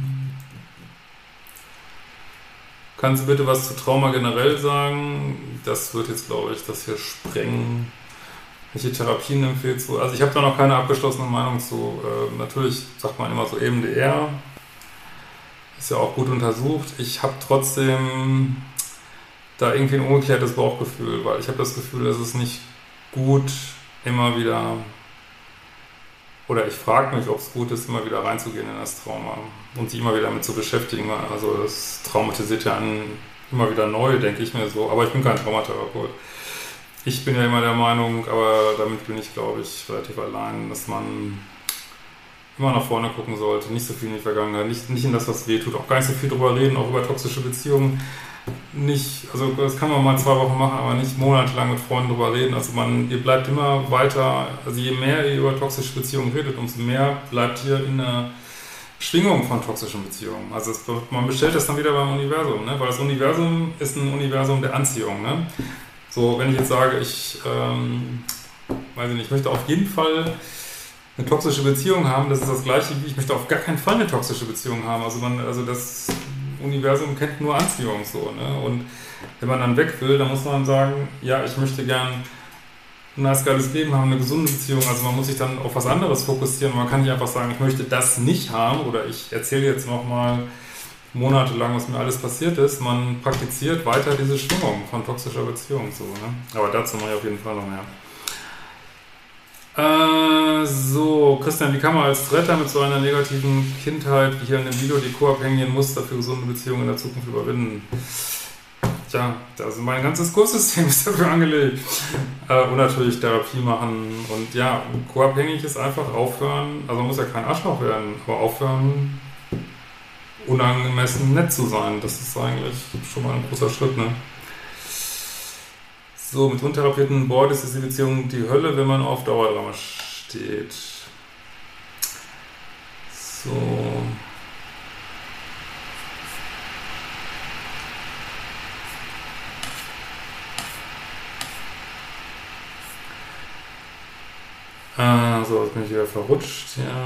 kannst du bitte was zu Trauma generell sagen? Das wird jetzt, glaube ich, das hier sprengen. Welche Therapien empfiehlst du? Also ich habe da noch keine abgeschlossene Meinung zu. Äh, natürlich sagt man immer so E M D R. Ist ja auch gut untersucht. Ich habe trotzdem da irgendwie ein ungeklärtes Bauchgefühl, weil ich habe das Gefühl, es ist nicht gut, immer wieder, oder ich frage mich, ob es gut ist, immer wieder reinzugehen in das Trauma und sich immer wieder damit zu beschäftigen. Also das traumatisiert ja einen immer wieder neu, denke ich mir so. Aber ich bin kein Traumatherapeut. Ich bin ja immer der Meinung, aber damit bin ich, glaube ich, relativ allein, dass man immer nach vorne gucken sollte, nicht so viel in die Vergangenheit, nicht, nicht in das, was weh tut, auch gar nicht so viel drüber reden, auch über toxische Beziehungen. Nicht, also das kann man mal zwei Wochen machen, aber nicht monatelang mit Freunden drüber reden. Also man, ihr bleibt immer weiter, also je mehr ihr über toxische Beziehungen redet, umso mehr bleibt ihr in der Schwingung von toxischen Beziehungen. Also es, man bestellt das dann wieder beim Universum, ne? Weil das Universum ist ein Universum der Anziehung, ne? So, wenn ich jetzt sage, ich, ähm, weiß ich nicht, ich möchte auf jeden Fall eine toxische Beziehung haben, das ist das Gleiche wie ich möchte auf gar keinen Fall eine toxische Beziehung haben. Also man, also das Universum kennt nur Anziehung so, ne? Und wenn man dann weg will, dann muss man sagen, ja, ich möchte gern ein nice, geiles Leben haben, eine gesunde Beziehung. Also man muss sich dann auf was anderes fokussieren. Man kann nicht einfach sagen, ich möchte das nicht haben oder ich erzähle jetzt nochmal monatelang, was mir alles passiert ist. Man praktiziert weiter diese Schwingung von toxischer Beziehung so, ne? Aber dazu mache ich auf jeden Fall noch mehr. Äh, so, Christian, wie kann man als Retter mit so einer negativen Kindheit wie hier in dem Video die co-abhängigen Muster für gesunde Beziehungen in der Zukunft überwinden? Tja, also mein ganzes Kurssystem ist dafür angelegt. Äh, und natürlich Therapie machen. Und ja, co-abhängig ist einfach aufhören, also man muss ja kein Arschloch werden, aber aufhören, unangemessen nett zu sein. Das ist eigentlich schon mal ein großer Schritt, ne? So, mit untherapierten Bordis ist die Beziehung die Hölle, wenn man auf Dauerdrama steht. So. Ah, so, jetzt bin ich wieder verrutscht. Ja.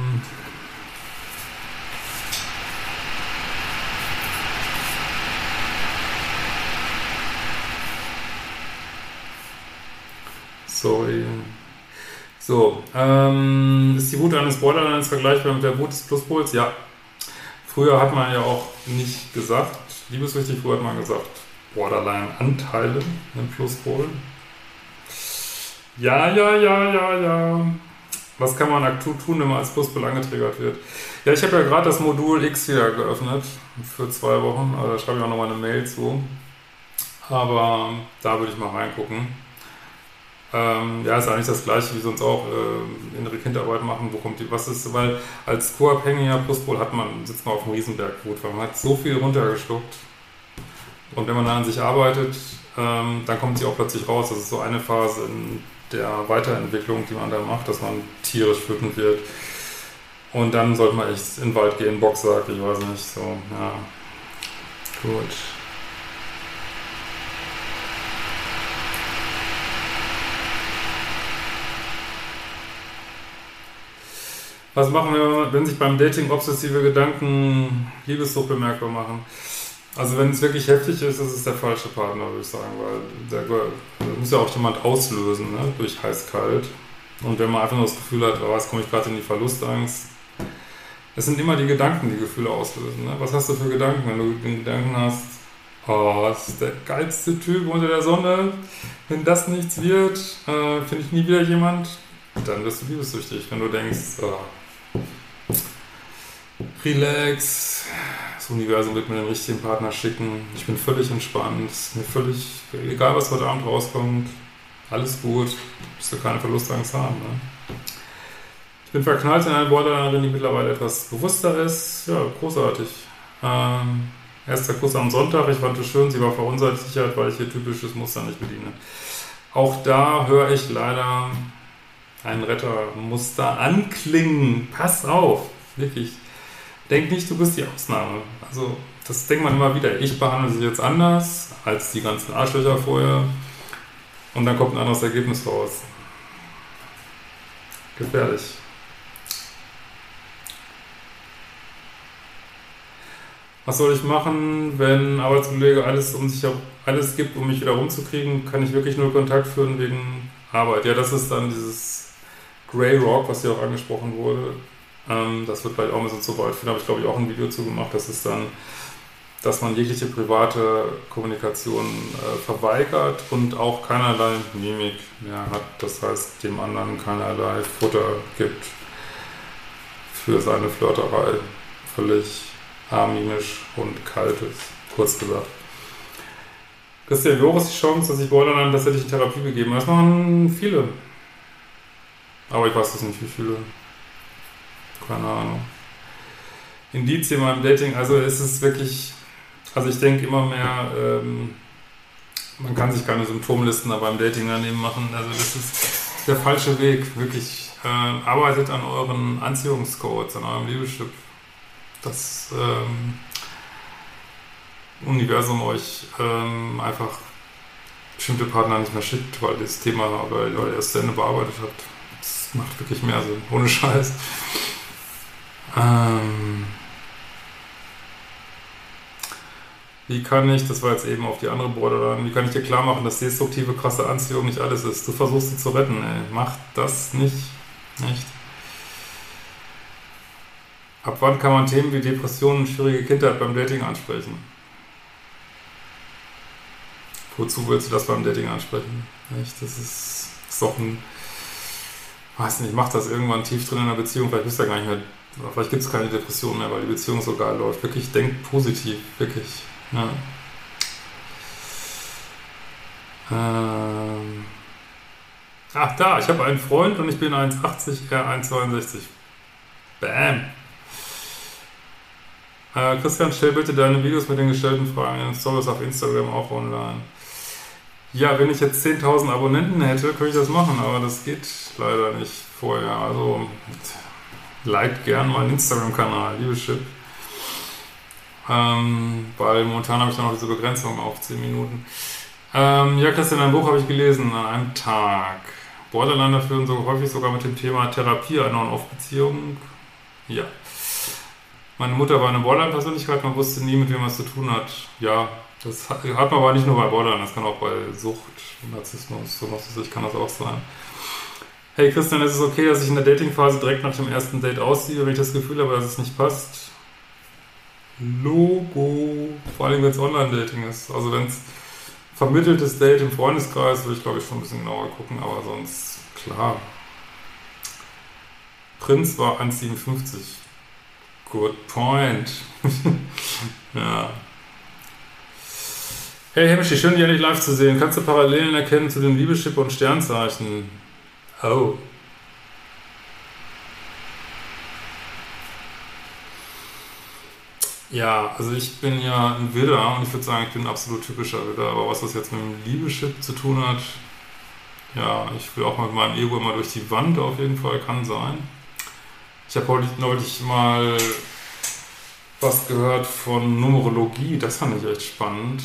Sorry. So, ähm, ist die Wut eines Borderlines vergleichbar mit der Wut des Pluspols? Ja. Früher hat man ja auch nicht gesagt, liebeswichtig, früher hat man gesagt, Borderline-Anteile im Pluspol. Ja, ja, ja, ja, ja. Was kann man aktiv tun, wenn man als Pluspol angetriggert wird? Ja, ich habe ja gerade das Modul X wieder geöffnet für zwei Wochen. Also da schreibe ich auch nochmal eine Mail zu. Aber da würde ich mal reingucken. Ähm, ja, ist eigentlich das Gleiche, wie sonst auch äh, innere Kindarbeit machen. Wo kommt die, was ist, weil als co-abhängiger Pluspol hat man, sitzt man auf dem Riesenberg Wut, weil man hat so viel runtergeschluckt. Und wenn man dann an sich arbeitet, ähm, dann kommt sie auch plötzlich raus. Das ist so eine Phase in der Weiterentwicklung, die man da macht, dass man tierisch wütend wird. Und dann sollte man echt in den Wald gehen, Boxsack, ich weiß nicht, so, ja. Gut. Was machen wir, wenn sich beim Dating obsessive Gedanken Liebessucht bemerkbar machen? Also wenn es wirklich heftig ist, ist es der falsche Partner, würde ich sagen, weil der, der muss ja auch jemand auslösen, ne? Durch heiß-kalt. Und wenn man einfach nur das Gefühl hat, oh, jetzt komme ich gerade in die Verlustangst. Es sind immer die Gedanken, die Gefühle auslösen. Ne? Was hast du für Gedanken, wenn du den Gedanken hast, oh, das ist der geilste Typ unter der Sonne, wenn das nichts wird, äh, finde ich nie wieder jemand, dann wirst du liebessüchtig, wenn du denkst, oh, relax, das Universum wird mir den richtigen Partner schicken, ich bin völlig entspannt, ist mir völlig egal, was heute Abend rauskommt, alles gut, musst du keine Verlustangst haben. Ne? Ich bin verknallt in eine Borderlinerin, die mittlerweile etwas bewusster ist, ja, großartig. Ähm, erster Kuss am Sonntag, ich fand es schön, sie war verunsichert, weil ich ihr typisches Muster nicht bediene. Auch da höre ich leider ein Rettermuster anklingen. Pass auf, wirklich. Denk nicht, du bist die Ausnahme. Also, das denkt man immer wieder. Ich behandle sie jetzt anders als die ganzen Arschlöcher vorher. Und dann kommt ein anderes Ergebnis raus. Gefährlich. Was soll ich machen, wenn ein Arbeitskollege alles um sich alles gibt, um mich wieder rumzukriegen? Kann ich wirklich nur Kontakt führen wegen Arbeit? Ja, das ist dann dieses Grey Rock, was hier auch angesprochen wurde. Ähm, das wird vielleicht auch ein bisschen zu weit führen, da habe ich glaube ich auch ein Video zu gemacht. Das ist dann, dass man jegliche private Kommunikation äh, verweigert und auch keinerlei Mimik mehr hat. Das heißt, dem anderen keinerlei Futter gibt für seine Flirterei. Völlig amimisch und kalt ist, kurz gesagt. Christian, wie hoch ist die Chance, dass ich Borderline tatsächlich in Therapie begeben? Das machen viele. Aber ich weiß das nicht, wie viele. Keine Ahnung. Indizien beim Dating, also ist es wirklich, also ich denke immer mehr, ähm, man kann sich keine Symptomlisten beim Dating daneben machen. Also das ist der falsche Weg, wirklich. Äh, arbeitet an euren Anziehungscodes, an eurem Liebeschip. Das ähm, Universum euch ähm, einfach bestimmte Partner nicht mehr schickt, weil das Thema, weil ihr es zu Ende bearbeitet habt. Das macht wirklich mehr Sinn, ohne Scheiß. Ähm, wie kann ich, das war jetzt eben auf die andere Borderline, wie kann ich dir klar machen, dass destruktive, krasse Anziehung nicht alles ist? Du versuchst sie zu retten, ey. Mach das nicht. Nicht. Ab wann kann man Themen wie Depressionen und schwierige Kindheit beim Dating ansprechen? Wozu willst du das beim Dating ansprechen? Nicht? Das ist, ist doch ein, weiß nicht, macht das irgendwann tief drin in einer Beziehung, vielleicht bist du ja gar nicht mehr, vielleicht gibt es keine Depression mehr, weil die Beziehung so geil läuft. Wirklich, denk positiv, wirklich. Ja. Ähm. Ach da, ich habe einen Freund und ich bin eins Komma achtzig, er eins Komma zweiundsechzig. Bam! Äh, Christian, stell bitte deine Videos mit den gestellten Fragen in den Stories auf Instagram auch online. Ja, wenn ich jetzt zehntausend Abonnenten hätte, könnte ich das machen, aber das geht leider nicht vorher. Also, liked gern meinen Instagram-Kanal, liebe Chip. Ähm, weil momentan habe ich noch diese Begrenzung auf zehn Minuten. Ähm, ja, Christian, ein Buch habe ich gelesen an einem Tag. Borderliner führen so häufig sogar mit dem Thema Therapie einer On-Off-Beziehung. Ja. Meine Mutter war eine Borderline-Persönlichkeit, man wusste nie, mit wem man es zu tun hat. Ja, das hat, hat man aber nicht nur bei Borderline, das kann auch bei Sucht, Narzissmus, Somasis, kann das auch sein. Hey Christian, ist es okay, dass ich in der Dating-Phase direkt nach dem ersten Date ausziehe, wenn ich das Gefühl habe, dass es nicht passt? Logo. Vor allem, wenn es Online-Dating ist. Also wenn es vermitteltes Date im Freundeskreis, würde ich glaube ich schon ein bisschen genauer gucken, aber sonst klar. Prinz war eins Komma siebenundfünfzig. Good point. Ja. Hey Hemschi, schön dich endlich live zu sehen. Kannst du Parallelen erkennen zu den Liebeschip und Sternzeichen? Oh. Ja, also ich bin ja ein Widder und ich würde sagen, ich bin ein absolut typischer Widder, aber was das jetzt mit dem Liebeschip zu tun hat, ja, ich will auch mit meinem Ego immer durch die Wand auf jeden Fall, kann sein. Ich habe heute neulich mal was gehört von Numerologie, das fand ich echt spannend.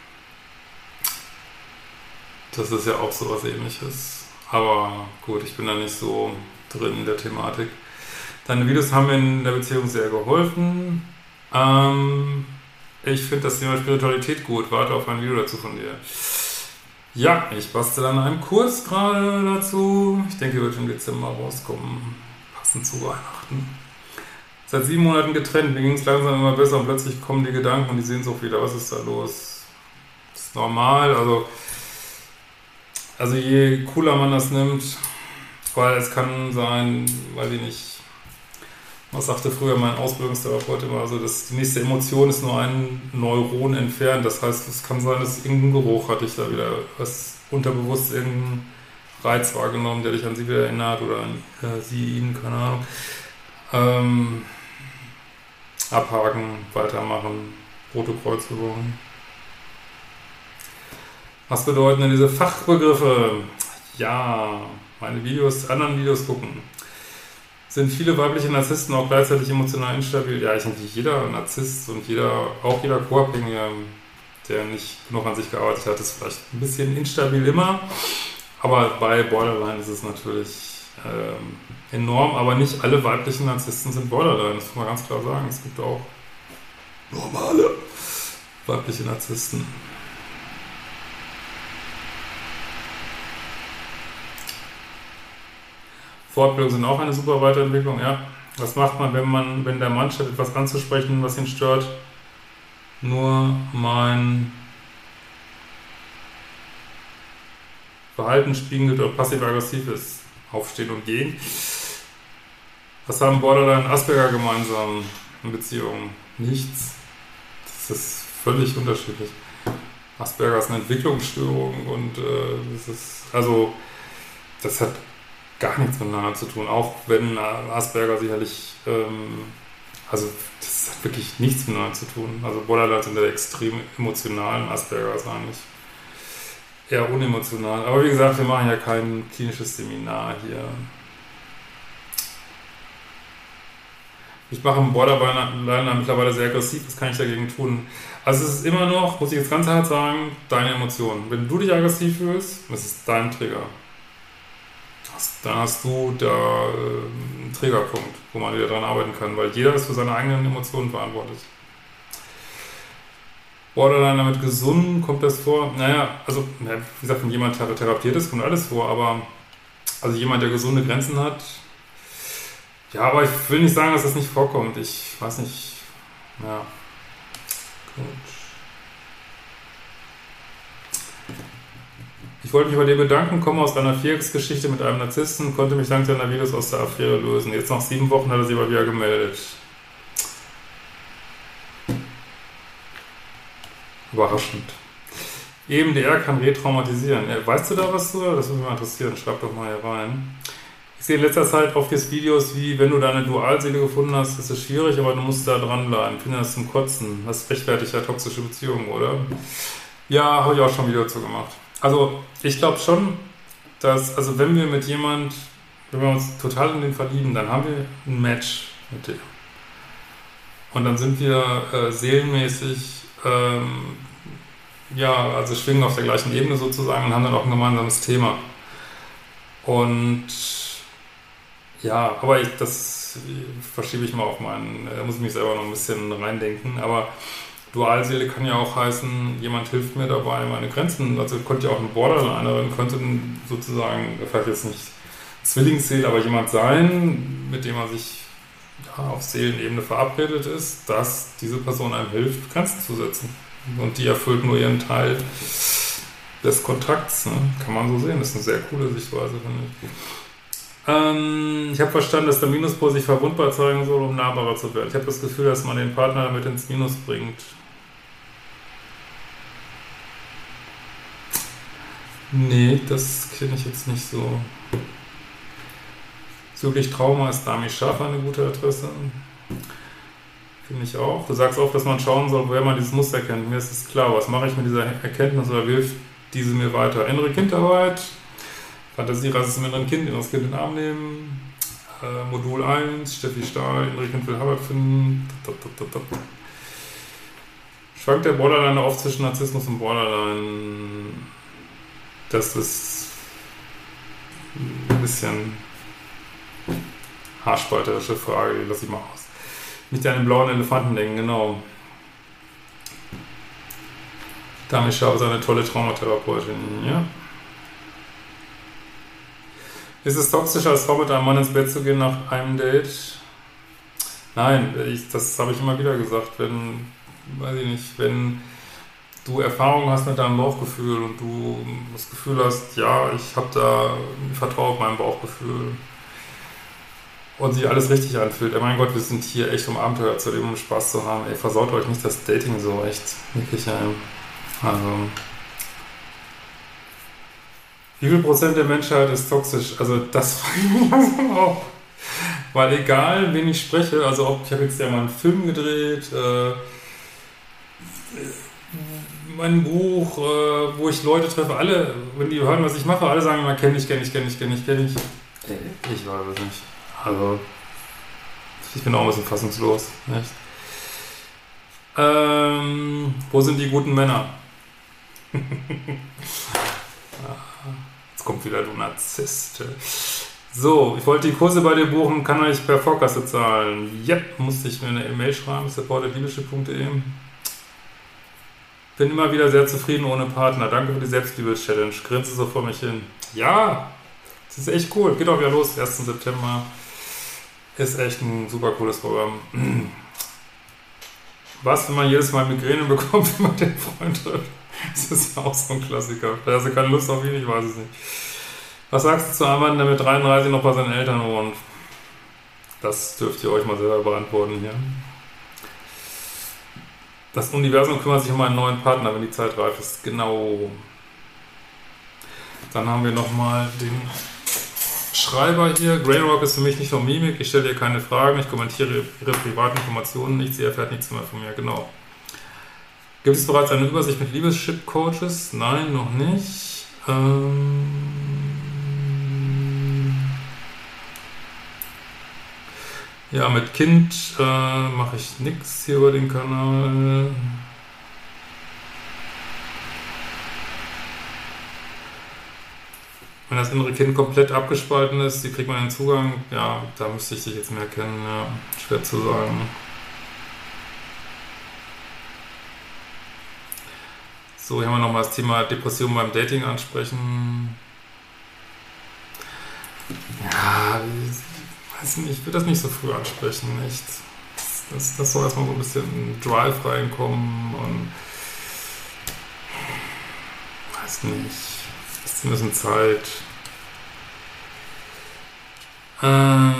Das ist ja auch so was Ähnliches. Aber gut, ich bin da nicht so drin in der Thematik. Deine Videos haben mir in der Beziehung sehr geholfen. Ähm, ich finde das Thema Spiritualität gut. Warte auf ein Video dazu von dir. Ja, ich bastel an einem Kurs gerade dazu. Ich denke, wird im Dezember rauskommen. Passend zu Weihnachten. Seit sieben Monaten getrennt. Mir ging es langsam immer besser und plötzlich kommen die Gedanken und die Sehnsucht wieder. Was ist da los? Das ist normal. Also, also je cooler man das nimmt, weil es kann sein, weiß ich nicht, was sagte früher mein Ausbildungstherapeut immer, also das, die nächste Emotion ist nur ein Neuron entfernt. Das heißt, es kann sein, dass irgendein Geruch hatte ich da wieder, was unterbewusst irgendein Reiz wahrgenommen, der dich an sie wieder erinnert oder an äh, sie, ihn, keine Ahnung. Ähm, abhaken, weitermachen, rote Kreuzübungen. Was bedeuten denn diese Fachbegriffe? Ja, meine Videos, anderen Videos gucken. Sind viele weibliche Narzissten auch gleichzeitig emotional instabil? Ja, ich denke, jeder Narzisst und jeder, auch jeder Co-Abhängige, der nicht genug an sich gearbeitet hat, ist vielleicht ein bisschen instabil immer. Aber bei Borderline ist es natürlich ähm, enorm. Aber nicht alle weiblichen Narzissten sind Borderline, das muss man ganz klar sagen. Es gibt auch normale weibliche Narzissten. Fortbildungen sind auch eine super Weiterentwicklung, ja. Was macht man, wenn man, wenn der Mann statt etwas anzusprechen, was ihn stört, nur mein Verhalten spiegelt oder passiv-aggressiv ist? Aufstehen und gehen. Was haben Borderline und Asperger gemeinsam in Beziehungen? Nichts. Das ist völlig unterschiedlich. Asperger ist eine Entwicklungsstörung und äh, das ist, also, das hat gar nichts miteinander zu tun, auch wenn Asperger sicherlich, ähm, also das hat wirklich nichts miteinander zu tun. Also Borderline sind der extrem emotionalen, Asperger ist eigentlich eher unemotional. Aber wie gesagt, wir machen ja kein klinisches Seminar hier. Ich mache einen Borderliner mittlerweile sehr aggressiv, was kann ich dagegen tun? Also es ist immer noch, muss ich jetzt ganz hart sagen, deine Emotionen. Wenn du dich aggressiv fühlst, das ist dein Trigger. dann hast du da einen Trägerpunkt, wo man wieder dran arbeiten kann, weil jeder ist für seine eigenen Emotionen verantwortlich. Borderline damit gesund, kommt das vor? Naja, also, wie gesagt, wenn jemand therapiert ist, kommt alles vor, aber also jemand, der gesunde Grenzen hat, ja, aber ich will nicht sagen, dass das nicht vorkommt. Ich weiß nicht, ja, gut. Ich wollte mich bei dir bedanken, komme aus einer Vierecksgeschichte mit einem Narzissten, konnte mich dank deiner Videos aus der Affäre lösen. Jetzt nach sieben Wochen hat er sich aber wieder gemeldet. Überraschend. E M D R kann retraumatisieren. Weißt du da was drüber? Das würde mich mal interessieren. Schreib doch mal hier rein. Ich sehe in letzter Zeit oft jetzt Videos wie, wenn du deine Dualseele gefunden hast, ist es schwierig, aber du musst da dranbleiben. Ich finde das zum Kotzen. Das rechtfertigt ja toxische Beziehungen, oder? Ja, habe ich auch schon ein Video dazu gemacht. Also, ich glaube schon, dass, also wenn wir mit jemand, wenn wir uns total in den verlieben, dann haben wir ein Match mit dem. Und dann sind wir äh, seelenmäßig Ähm, ja, also schwingen auf der gleichen Ebene sozusagen und haben dann auch ein gemeinsames Thema. Und ja, aber ich, das verschiebe ich mal auf meinen, da muss ich mich selber noch ein bisschen reindenken, aber Dualseele kann ja auch heißen, jemand hilft mir dabei, meine Grenzen, also könnte ja auch ein Borderlinerin, könnte sozusagen, vielleicht jetzt nicht Zwillingsseele, aber jemand sein, mit dem man sich ja, auf Seelenebene verabredet ist, dass diese Person einem hilft, Grenzen zu setzen. Und die erfüllt nur ihren Teil des Kontakts. Ne? Kann man so sehen. Das ist eine sehr coole Sichtweise, finde ich. Ähm, ich habe verstanden, dass der Minuspol sich verwundbar zeigen soll, um nahbarer zu werden. Ich habe das Gefühl, dass man den Partner damit ins Minus bringt. Nee, das kenne ich jetzt nicht so. Südlich Trauma ist Dami Scharf eine gute Adresse. Finde ich auch. Du sagst auch, dass man schauen soll, woher man dieses Muster kennt. Mir ist es klar, was mache ich mit dieser Erkenntnis oder hilft diese mir weiter? Innere Kindarbeit, Fantasiereise zum inneren Kind, inneres Kind in den Arm nehmen, äh, Modul eins, Steffi Stahl, innere Kind will Heimat finden. Schwankt der Borderline oft zwischen Narzissmus und Borderline? Das ist ein bisschen haarspalterische Frage, die lasse ich mal aus. Nicht an den blauen Elefanten denken, genau. Dami Scharf ist eine tolle Traumatherapeutin, ja. Ist es toxisch, als Frau mit einem Mann ins Bett zu gehen nach einem Date? Nein, ich, das habe ich immer wieder gesagt, wenn, weiß ich nicht, wenn du Erfahrung hast mit deinem Bauchgefühl und du das Gefühl hast, ja, ich habe da, ich vertraue auf mein Bauchgefühl, und sich alles richtig anfühlt. Ey, mein Gott, wir sind hier echt um Abenteuer zu leben, um Spaß zu haben. Ey, versaut euch nicht das Dating so, echt. Wirklich, ey. Also. Wie viel Prozent der Menschheit ist toxisch? Also, das frage ich mich langsam auch. Weil egal, wen ich spreche, also ob, ich habe jetzt ja mal einen Film gedreht, äh, mein Buch, äh, wo ich Leute treffe, alle, wenn die hören, was ich mache, alle sagen immer, kenne ich, kenne ich, kenne ich, kenne ich, kenne ich. Ich weiß es nicht. Also, ich bin auch ein bisschen fassungslos. Echt. Ähm, wo sind die guten Männer? Jetzt kommt wieder du Narzisst. So, ich wollte die Kurse bei dir buchen, kann ich per Vorkasse zahlen? Yep, musste ich mir eine E-Mail schreiben, support at liebeschip punkt de. Bin immer wieder sehr zufrieden ohne Partner. Danke für die Selbstliebe-Challenge. Grinse so vor mich hin. Ja, das ist echt cool. Geht auch wieder los, ersten September. Ist echt ein super cooles Programm. Was, wenn man jedes Mal Migräne bekommt, wenn man den Freund trifft? Das ist ja auch so ein Klassiker. Vielleicht hast du keine Lust auf ihn, ich weiß es nicht. Was sagst du zu einem Mann, der mit dreiunddreißig noch bei seinen Eltern wohnt? Das dürft ihr euch mal selber beantworten hier. Das Universum kümmert sich um einen neuen Partner, wenn die Zeit reif ist. Genau. Dann haben wir nochmal den Schreiber hier. Greyrock ist für mich nicht nur Mimik. Ich stelle ihr keine Fragen. Ich kommentiere ihre privaten Informationen nicht. Sie erfährt nichts mehr von mir. Genau. Gibt es bereits eine Übersicht mit Liebeschip-Coaches? Nein, noch nicht. Ähm ja, mit Kind äh, mache ich nichts hier über den Kanal. Wenn das innere Kind komplett abgespalten ist, wie kriegt man den Zugang? Ja, da müsste ich dich jetzt mehr kennen, ja, schwer zu sagen. So, hier haben wir nochmal das Thema Depression beim Dating ansprechen. Ja, ich weiß nicht, ich will das nicht so früh ansprechen, echt. Das, das soll erstmal so ein bisschen Drive reinkommen und weiß nicht, ist ein bisschen Zeit. Ähm.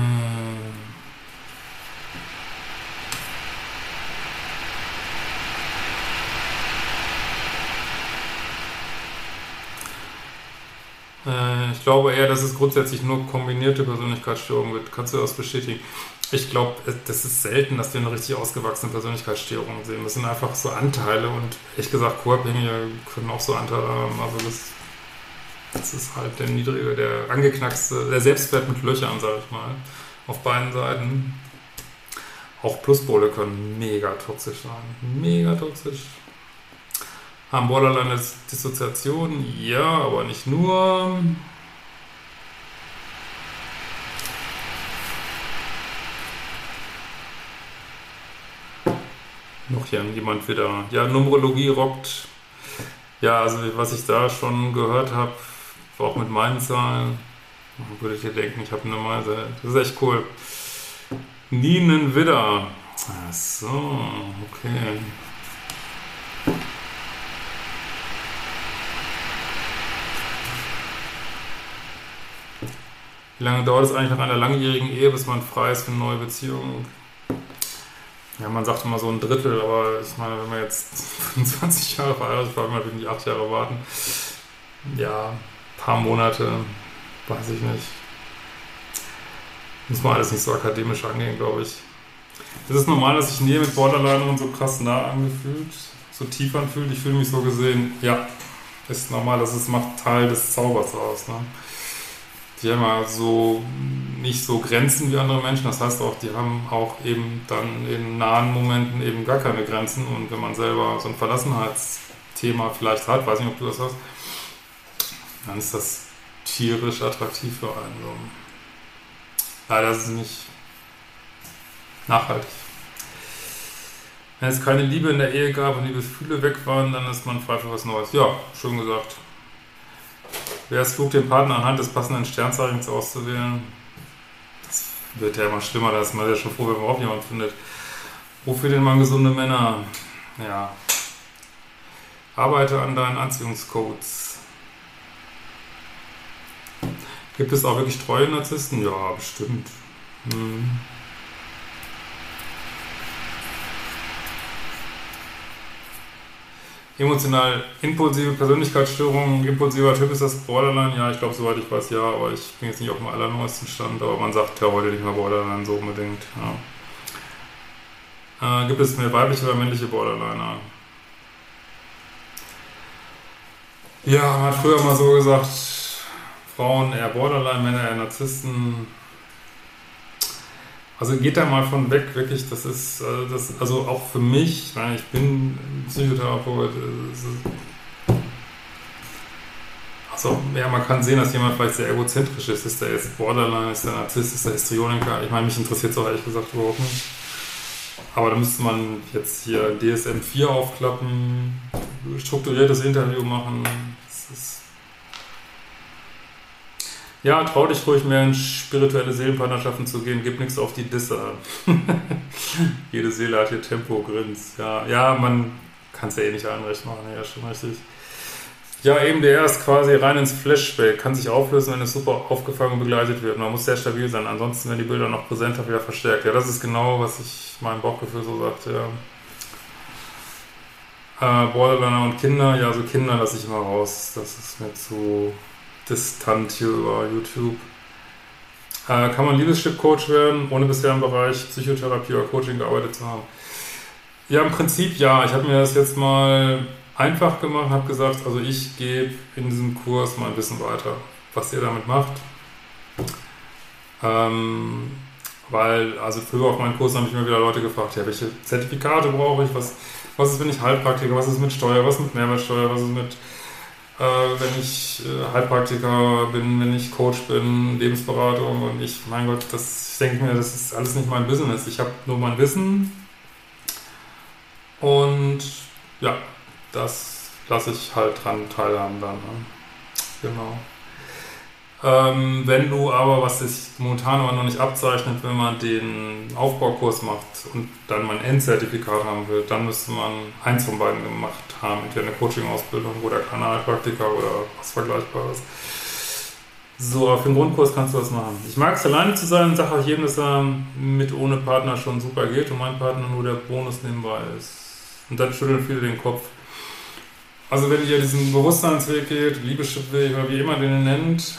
Äh, ich glaube eher, dass es grundsätzlich nur kombinierte Persönlichkeitsstörungen wird. Kannst du das bestätigen? Ich glaube, das ist selten, dass wir eine richtig ausgewachsene Persönlichkeitsstörung sehen. Das sind einfach so Anteile und ehrlich gesagt, Co-Abhängige können auch so Anteile haben. Also das, das ist halt der niedrige, der angeknackste, der Selbstwert mit Löchern, sage ich mal, auf beiden Seiten. Auch Pluspole können mega toxisch sein. Mega toxisch. Haben Borderline Dissoziation? Ja, aber nicht nur. Noch hier jemand wieder. Ja, Numerologie rockt. Ja, also was ich da schon gehört habe, auch mit meinen Zahlen, würde ich dir denken, ich habe eine Meise. Das ist echt cool. Ninen Widder. Ach so, okay. Wie lange dauert es eigentlich nach einer langjährigen Ehe, bis man frei ist für eine neue Beziehung? Ja, man sagt immer so ein Drittel, aber ich meine, wenn wir jetzt fünfundzwanzig Jahre verheiratet waren, wir die acht Jahre warten. Ja, ein paar Monate, weiß ich nicht. Muss man alles nicht so akademisch angehen, glaube ich. Es ist normal, dass sich Nähe mit Borderlinern so krass nah angefühlt, so tief anfühlt. Ich fühle mich so gesehen, ja, ist normal, das ist, macht Teil des Zaubers aus. Ne? Die haben ja so nicht so Grenzen wie andere Menschen. Das heißt auch, die haben auch eben dann in nahen Momenten eben gar keine Grenzen. Und wenn man selber so ein Verlassenheitsthema vielleicht hat, weiß nicht, ob du das hast, dann ist das tierisch attraktiv für einen. So. Leider ist es nicht nachhaltig. Wenn es keine Liebe in der Ehe gab und die Gefühle weg waren, dann ist man frei für was Neues. Ja, schön gesagt. Wäre es klug, den Partner anhand des passenden Sternzeichens auszuwählen? Das wird ja immer schlimmer, da ist man ja schon froh, wenn man auch jemanden findet. Wofür denn mal gesunde Männer? Ja. Arbeite an deinen Anziehungscodes. Gibt es auch wirklich treue Narzissten? Ja, bestimmt. Hm. Emotional impulsive Persönlichkeitsstörungen, impulsiver Typ ist das Borderline? Ja, ich glaube, soweit ich weiß, ja, aber ich bin jetzt nicht auf dem allerneuesten Stand, aber man sagt ja heute nicht mehr Borderline so unbedingt. Ja. Äh, gibt es mehr weibliche oder männliche Borderliner? Ja, man hat früher mal so gesagt, Frauen eher Borderline, Männer eher Narzissten. Also geht da mal von weg, wirklich, das ist, äh, das, also auch für mich, ich meine, ich bin Psychotherapeut, äh, also ja, man kann sehen, dass jemand vielleicht sehr egozentrisch ist, ist der jetzt Borderline, ist der Narzisst, ist der Histrioniker, ich meine, mich interessiert es auch ehrlich gesagt überhaupt nicht. Aber da müsste man jetzt hier D S M vier aufklappen, strukturiertes Interview machen, das ist... Ja, trau dich ruhig mehr in spirituelle Seelenpartnerschaften zu gehen, gib nichts auf die Disse. Jede Seele hat ihr Tempo, grinst. Ja, ja, man kann es ja eh nicht allen recht machen, ja, schon richtig. Ja, eben der ist quasi rein ins Flashback, kann sich auflösen, wenn es super aufgefangen und begleitet wird. Man muss sehr stabil sein, ansonsten werden die Bilder noch präsenter wieder verstärkt. Ja, das ist genau, was ich mein Bauchgefühl so sagt, ja. Äh, Borderliner und Kinder, ja, also Kinder lasse ich immer raus, das ist mir zu... distant hier über YouTube. Äh, kann man Leadership-Coach werden, ohne bisher im Bereich Psychotherapie oder Coaching gearbeitet zu haben? Ja, im Prinzip ja. Ich habe mir das jetzt mal einfach gemacht, habe gesagt, also ich gebe in diesem Kurs mein Wissen weiter, was ihr damit macht. Ähm, weil, also früher auf meinen Kursen habe ich mir wieder Leute gefragt, ja, welche Zertifikate brauche ich, was, was ist, wenn ich Heilpraktiker, was ist mit Steuer, was ist mit Mehrwertsteuer, was ist mit äh, wenn ich äh, Heilpraktiker bin, wenn ich Coach bin, Lebensberatung und ich, mein Gott, das, ich denke mir, das ist alles nicht mein Business. Ich habe nur mein Wissen und ja, das lasse ich halt dran teilhaben dann. Ne? Genau. Ähm, wenn du aber, was sich momentan aber noch nicht abzeichnet, wenn man den Aufbaukurs macht und dann mein Endzertifikat haben will, dann müsste man eins von beiden gemacht haben, entweder eine Coaching-Ausbildung oder keine Heilpraktiker oder was Vergleichbares. So, aber für den Grundkurs kannst du das machen. Ich mag es, alleine zu sein, sage auch jedem, dass er mit ohne Partner schon super geht und mein Partner nur der Bonus nebenbei ist. Und dann schütteln viele den Kopf. Also wenn ihr diesen Bewusstseinsweg geht, Liebeschipweg oder wie immer den ihr nennt,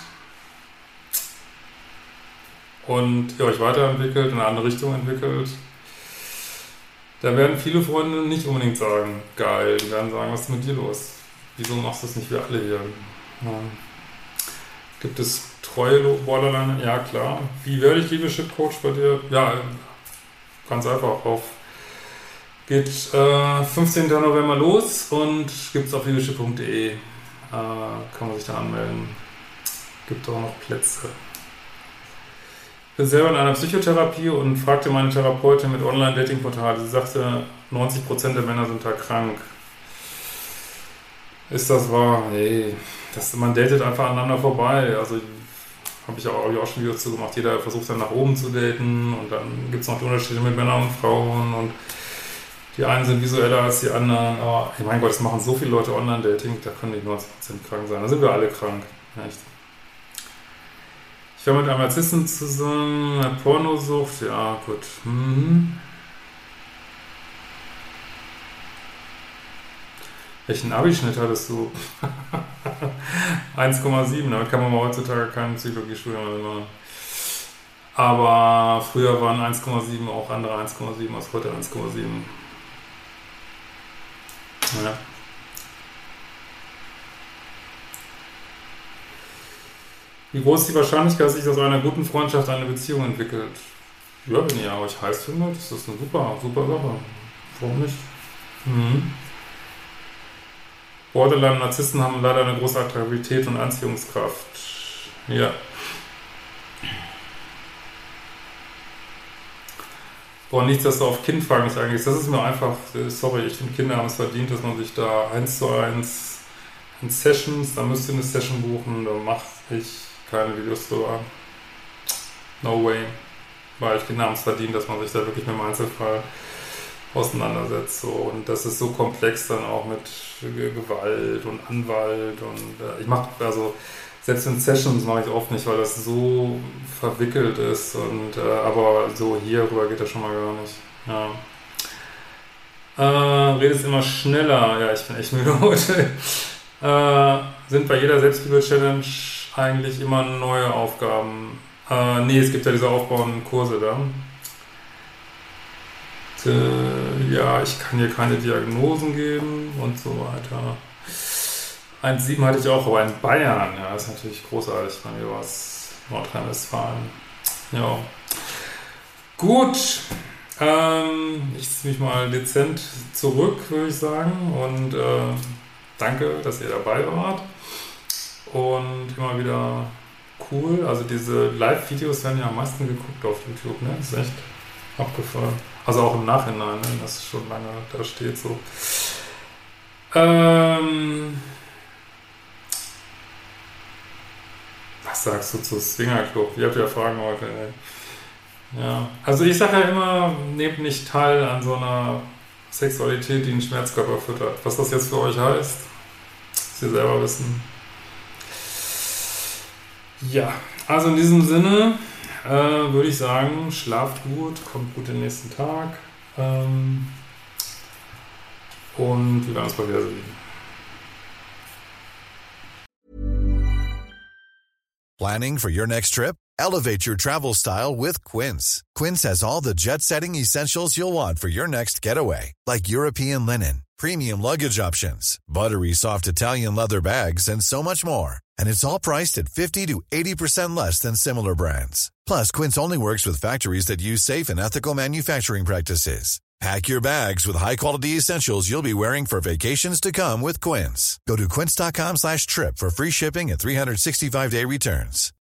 und ihr euch weiterentwickelt, in eine andere Richtung entwickelt, da werden viele Freunde nicht unbedingt sagen, geil, die werden sagen, was ist mit dir los? Wieso machst du das nicht wie alle hier? Ja. Gibt es treue Borderliner? Ja, klar. Wie werde ich Liebeschip-Coach bei dir? Ja, ganz einfach. Auf geht äh, fünfzehnten November los und gibt es auf liebeschip punkt de. Äh, kann man sich da anmelden. Gibt auch noch Plätze. Ich bin selber in einer Psychotherapie und fragte meine Therapeutin mit Online-Dating-Portal. Sie sagte, neunzig Prozent der Männer sind da krank. Ist das wahr? Nee. Das, man datet einfach aneinander vorbei. Also habe ich auch, hab ich auch schon Videos zu gemacht. Jeder versucht dann nach oben zu daten und dann gibt es noch die Unterschiede mit Männern und Frauen und die einen sind visueller als die anderen. Aber ich mein Gott, es machen so viele Leute Online-Dating, da können nicht neunzig Prozent krank sein. Da sind wir alle krank. Echt. Ich war mit einem Narzissten zusammen, eine Pornosucht, ja gut. Mhm. Welchen Abischnitt hattest du? eins Komma sieben, damit kann man mal heutzutage keinen Psychologiestudium mehr machen. Aber früher waren eins Komma sieben auch andere eins Komma sieben als heute eins Komma sieben. Ja. Wie groß ist die Wahrscheinlichkeit, dass sich aus einer guten Freundschaft eine Beziehung entwickelt? Ja, wenn ihr euch heiß findet, ist das eine super, super Sache. Warum nicht? Mhm. Borderline-Narzissten haben leider eine große Attraktivität und Anziehungskraft. Ja. Boah, nichts, dass du auf Kind fragen nicht eigentlich. Das ist mir einfach, sorry, ich finde, Kinder haben es verdient, dass man sich da eins zu eins in Sessions, da müsst ihr eine Session buchen, da mache ich keine Videos drüber. No way. Weil ich Kinder haben es verdient, dass man sich da wirklich mit dem Einzelfall auseinandersetzt. So. Und das ist so komplex dann auch mit Gewalt und Anwalt und äh, ich mache, also selbst in Sessions mache ich oft nicht, weil das so verwickelt ist und äh, aber so hierüber geht das schon mal gar nicht. Ja. Äh, redest immer schneller. Ja, ich bin echt müde heute. Äh, sind bei jeder Selbstliebe-Challenge eigentlich immer neue Aufgaben? Äh, nee, es gibt ja diese aufbauenden Kurse da. Äh, ja, ich kann hier keine Diagnosen geben und so weiter. eins Komma sieben hatte ich auch, aber in Bayern, ja, ist natürlich großartig. Bei mir war es Nordrhein-Westfalen. Ja. Gut. Ähm, ich ziehe mich mal dezent zurück, würde ich sagen. Und äh, danke, dass ihr dabei wart. Und immer wieder cool. Also diese Live-Videos werden ja am meisten geguckt auf YouTube, ne? Das ist echt abgefahren. Also auch im Nachhinein, ne? Das ist schon lange da steht so. Ähm, was sagst du zu Swingerclub? Ihr habt ja Fragen heute, ey. Ja, also ich sage ja immer, nehmt nicht teil an so einer Sexualität, die einen Schmerzkörper füttert. Was das jetzt für euch heißt, müsst ihr selber wissen. Ja, also in diesem Sinne äh, würde ich sagen, schlaft gut, kommt gut den nächsten Tag ähm, und wir werden uns bald wiedersehen. Planning for your next trip? Elevate your travel style with Quince. Quince has all the jet-setting essentials you'll want for your next getaway, like European linen, premium luggage options, buttery soft Italian leather bags, and so much more. And it's all priced at fifty to eighty percent less than similar brands. Plus, Quince only works with factories that use safe and ethical manufacturing practices. Pack your bags with high-quality essentials you'll be wearing for vacations to come with Quince. Go to quince.com slash trip for free shipping and three sixty-five day returns.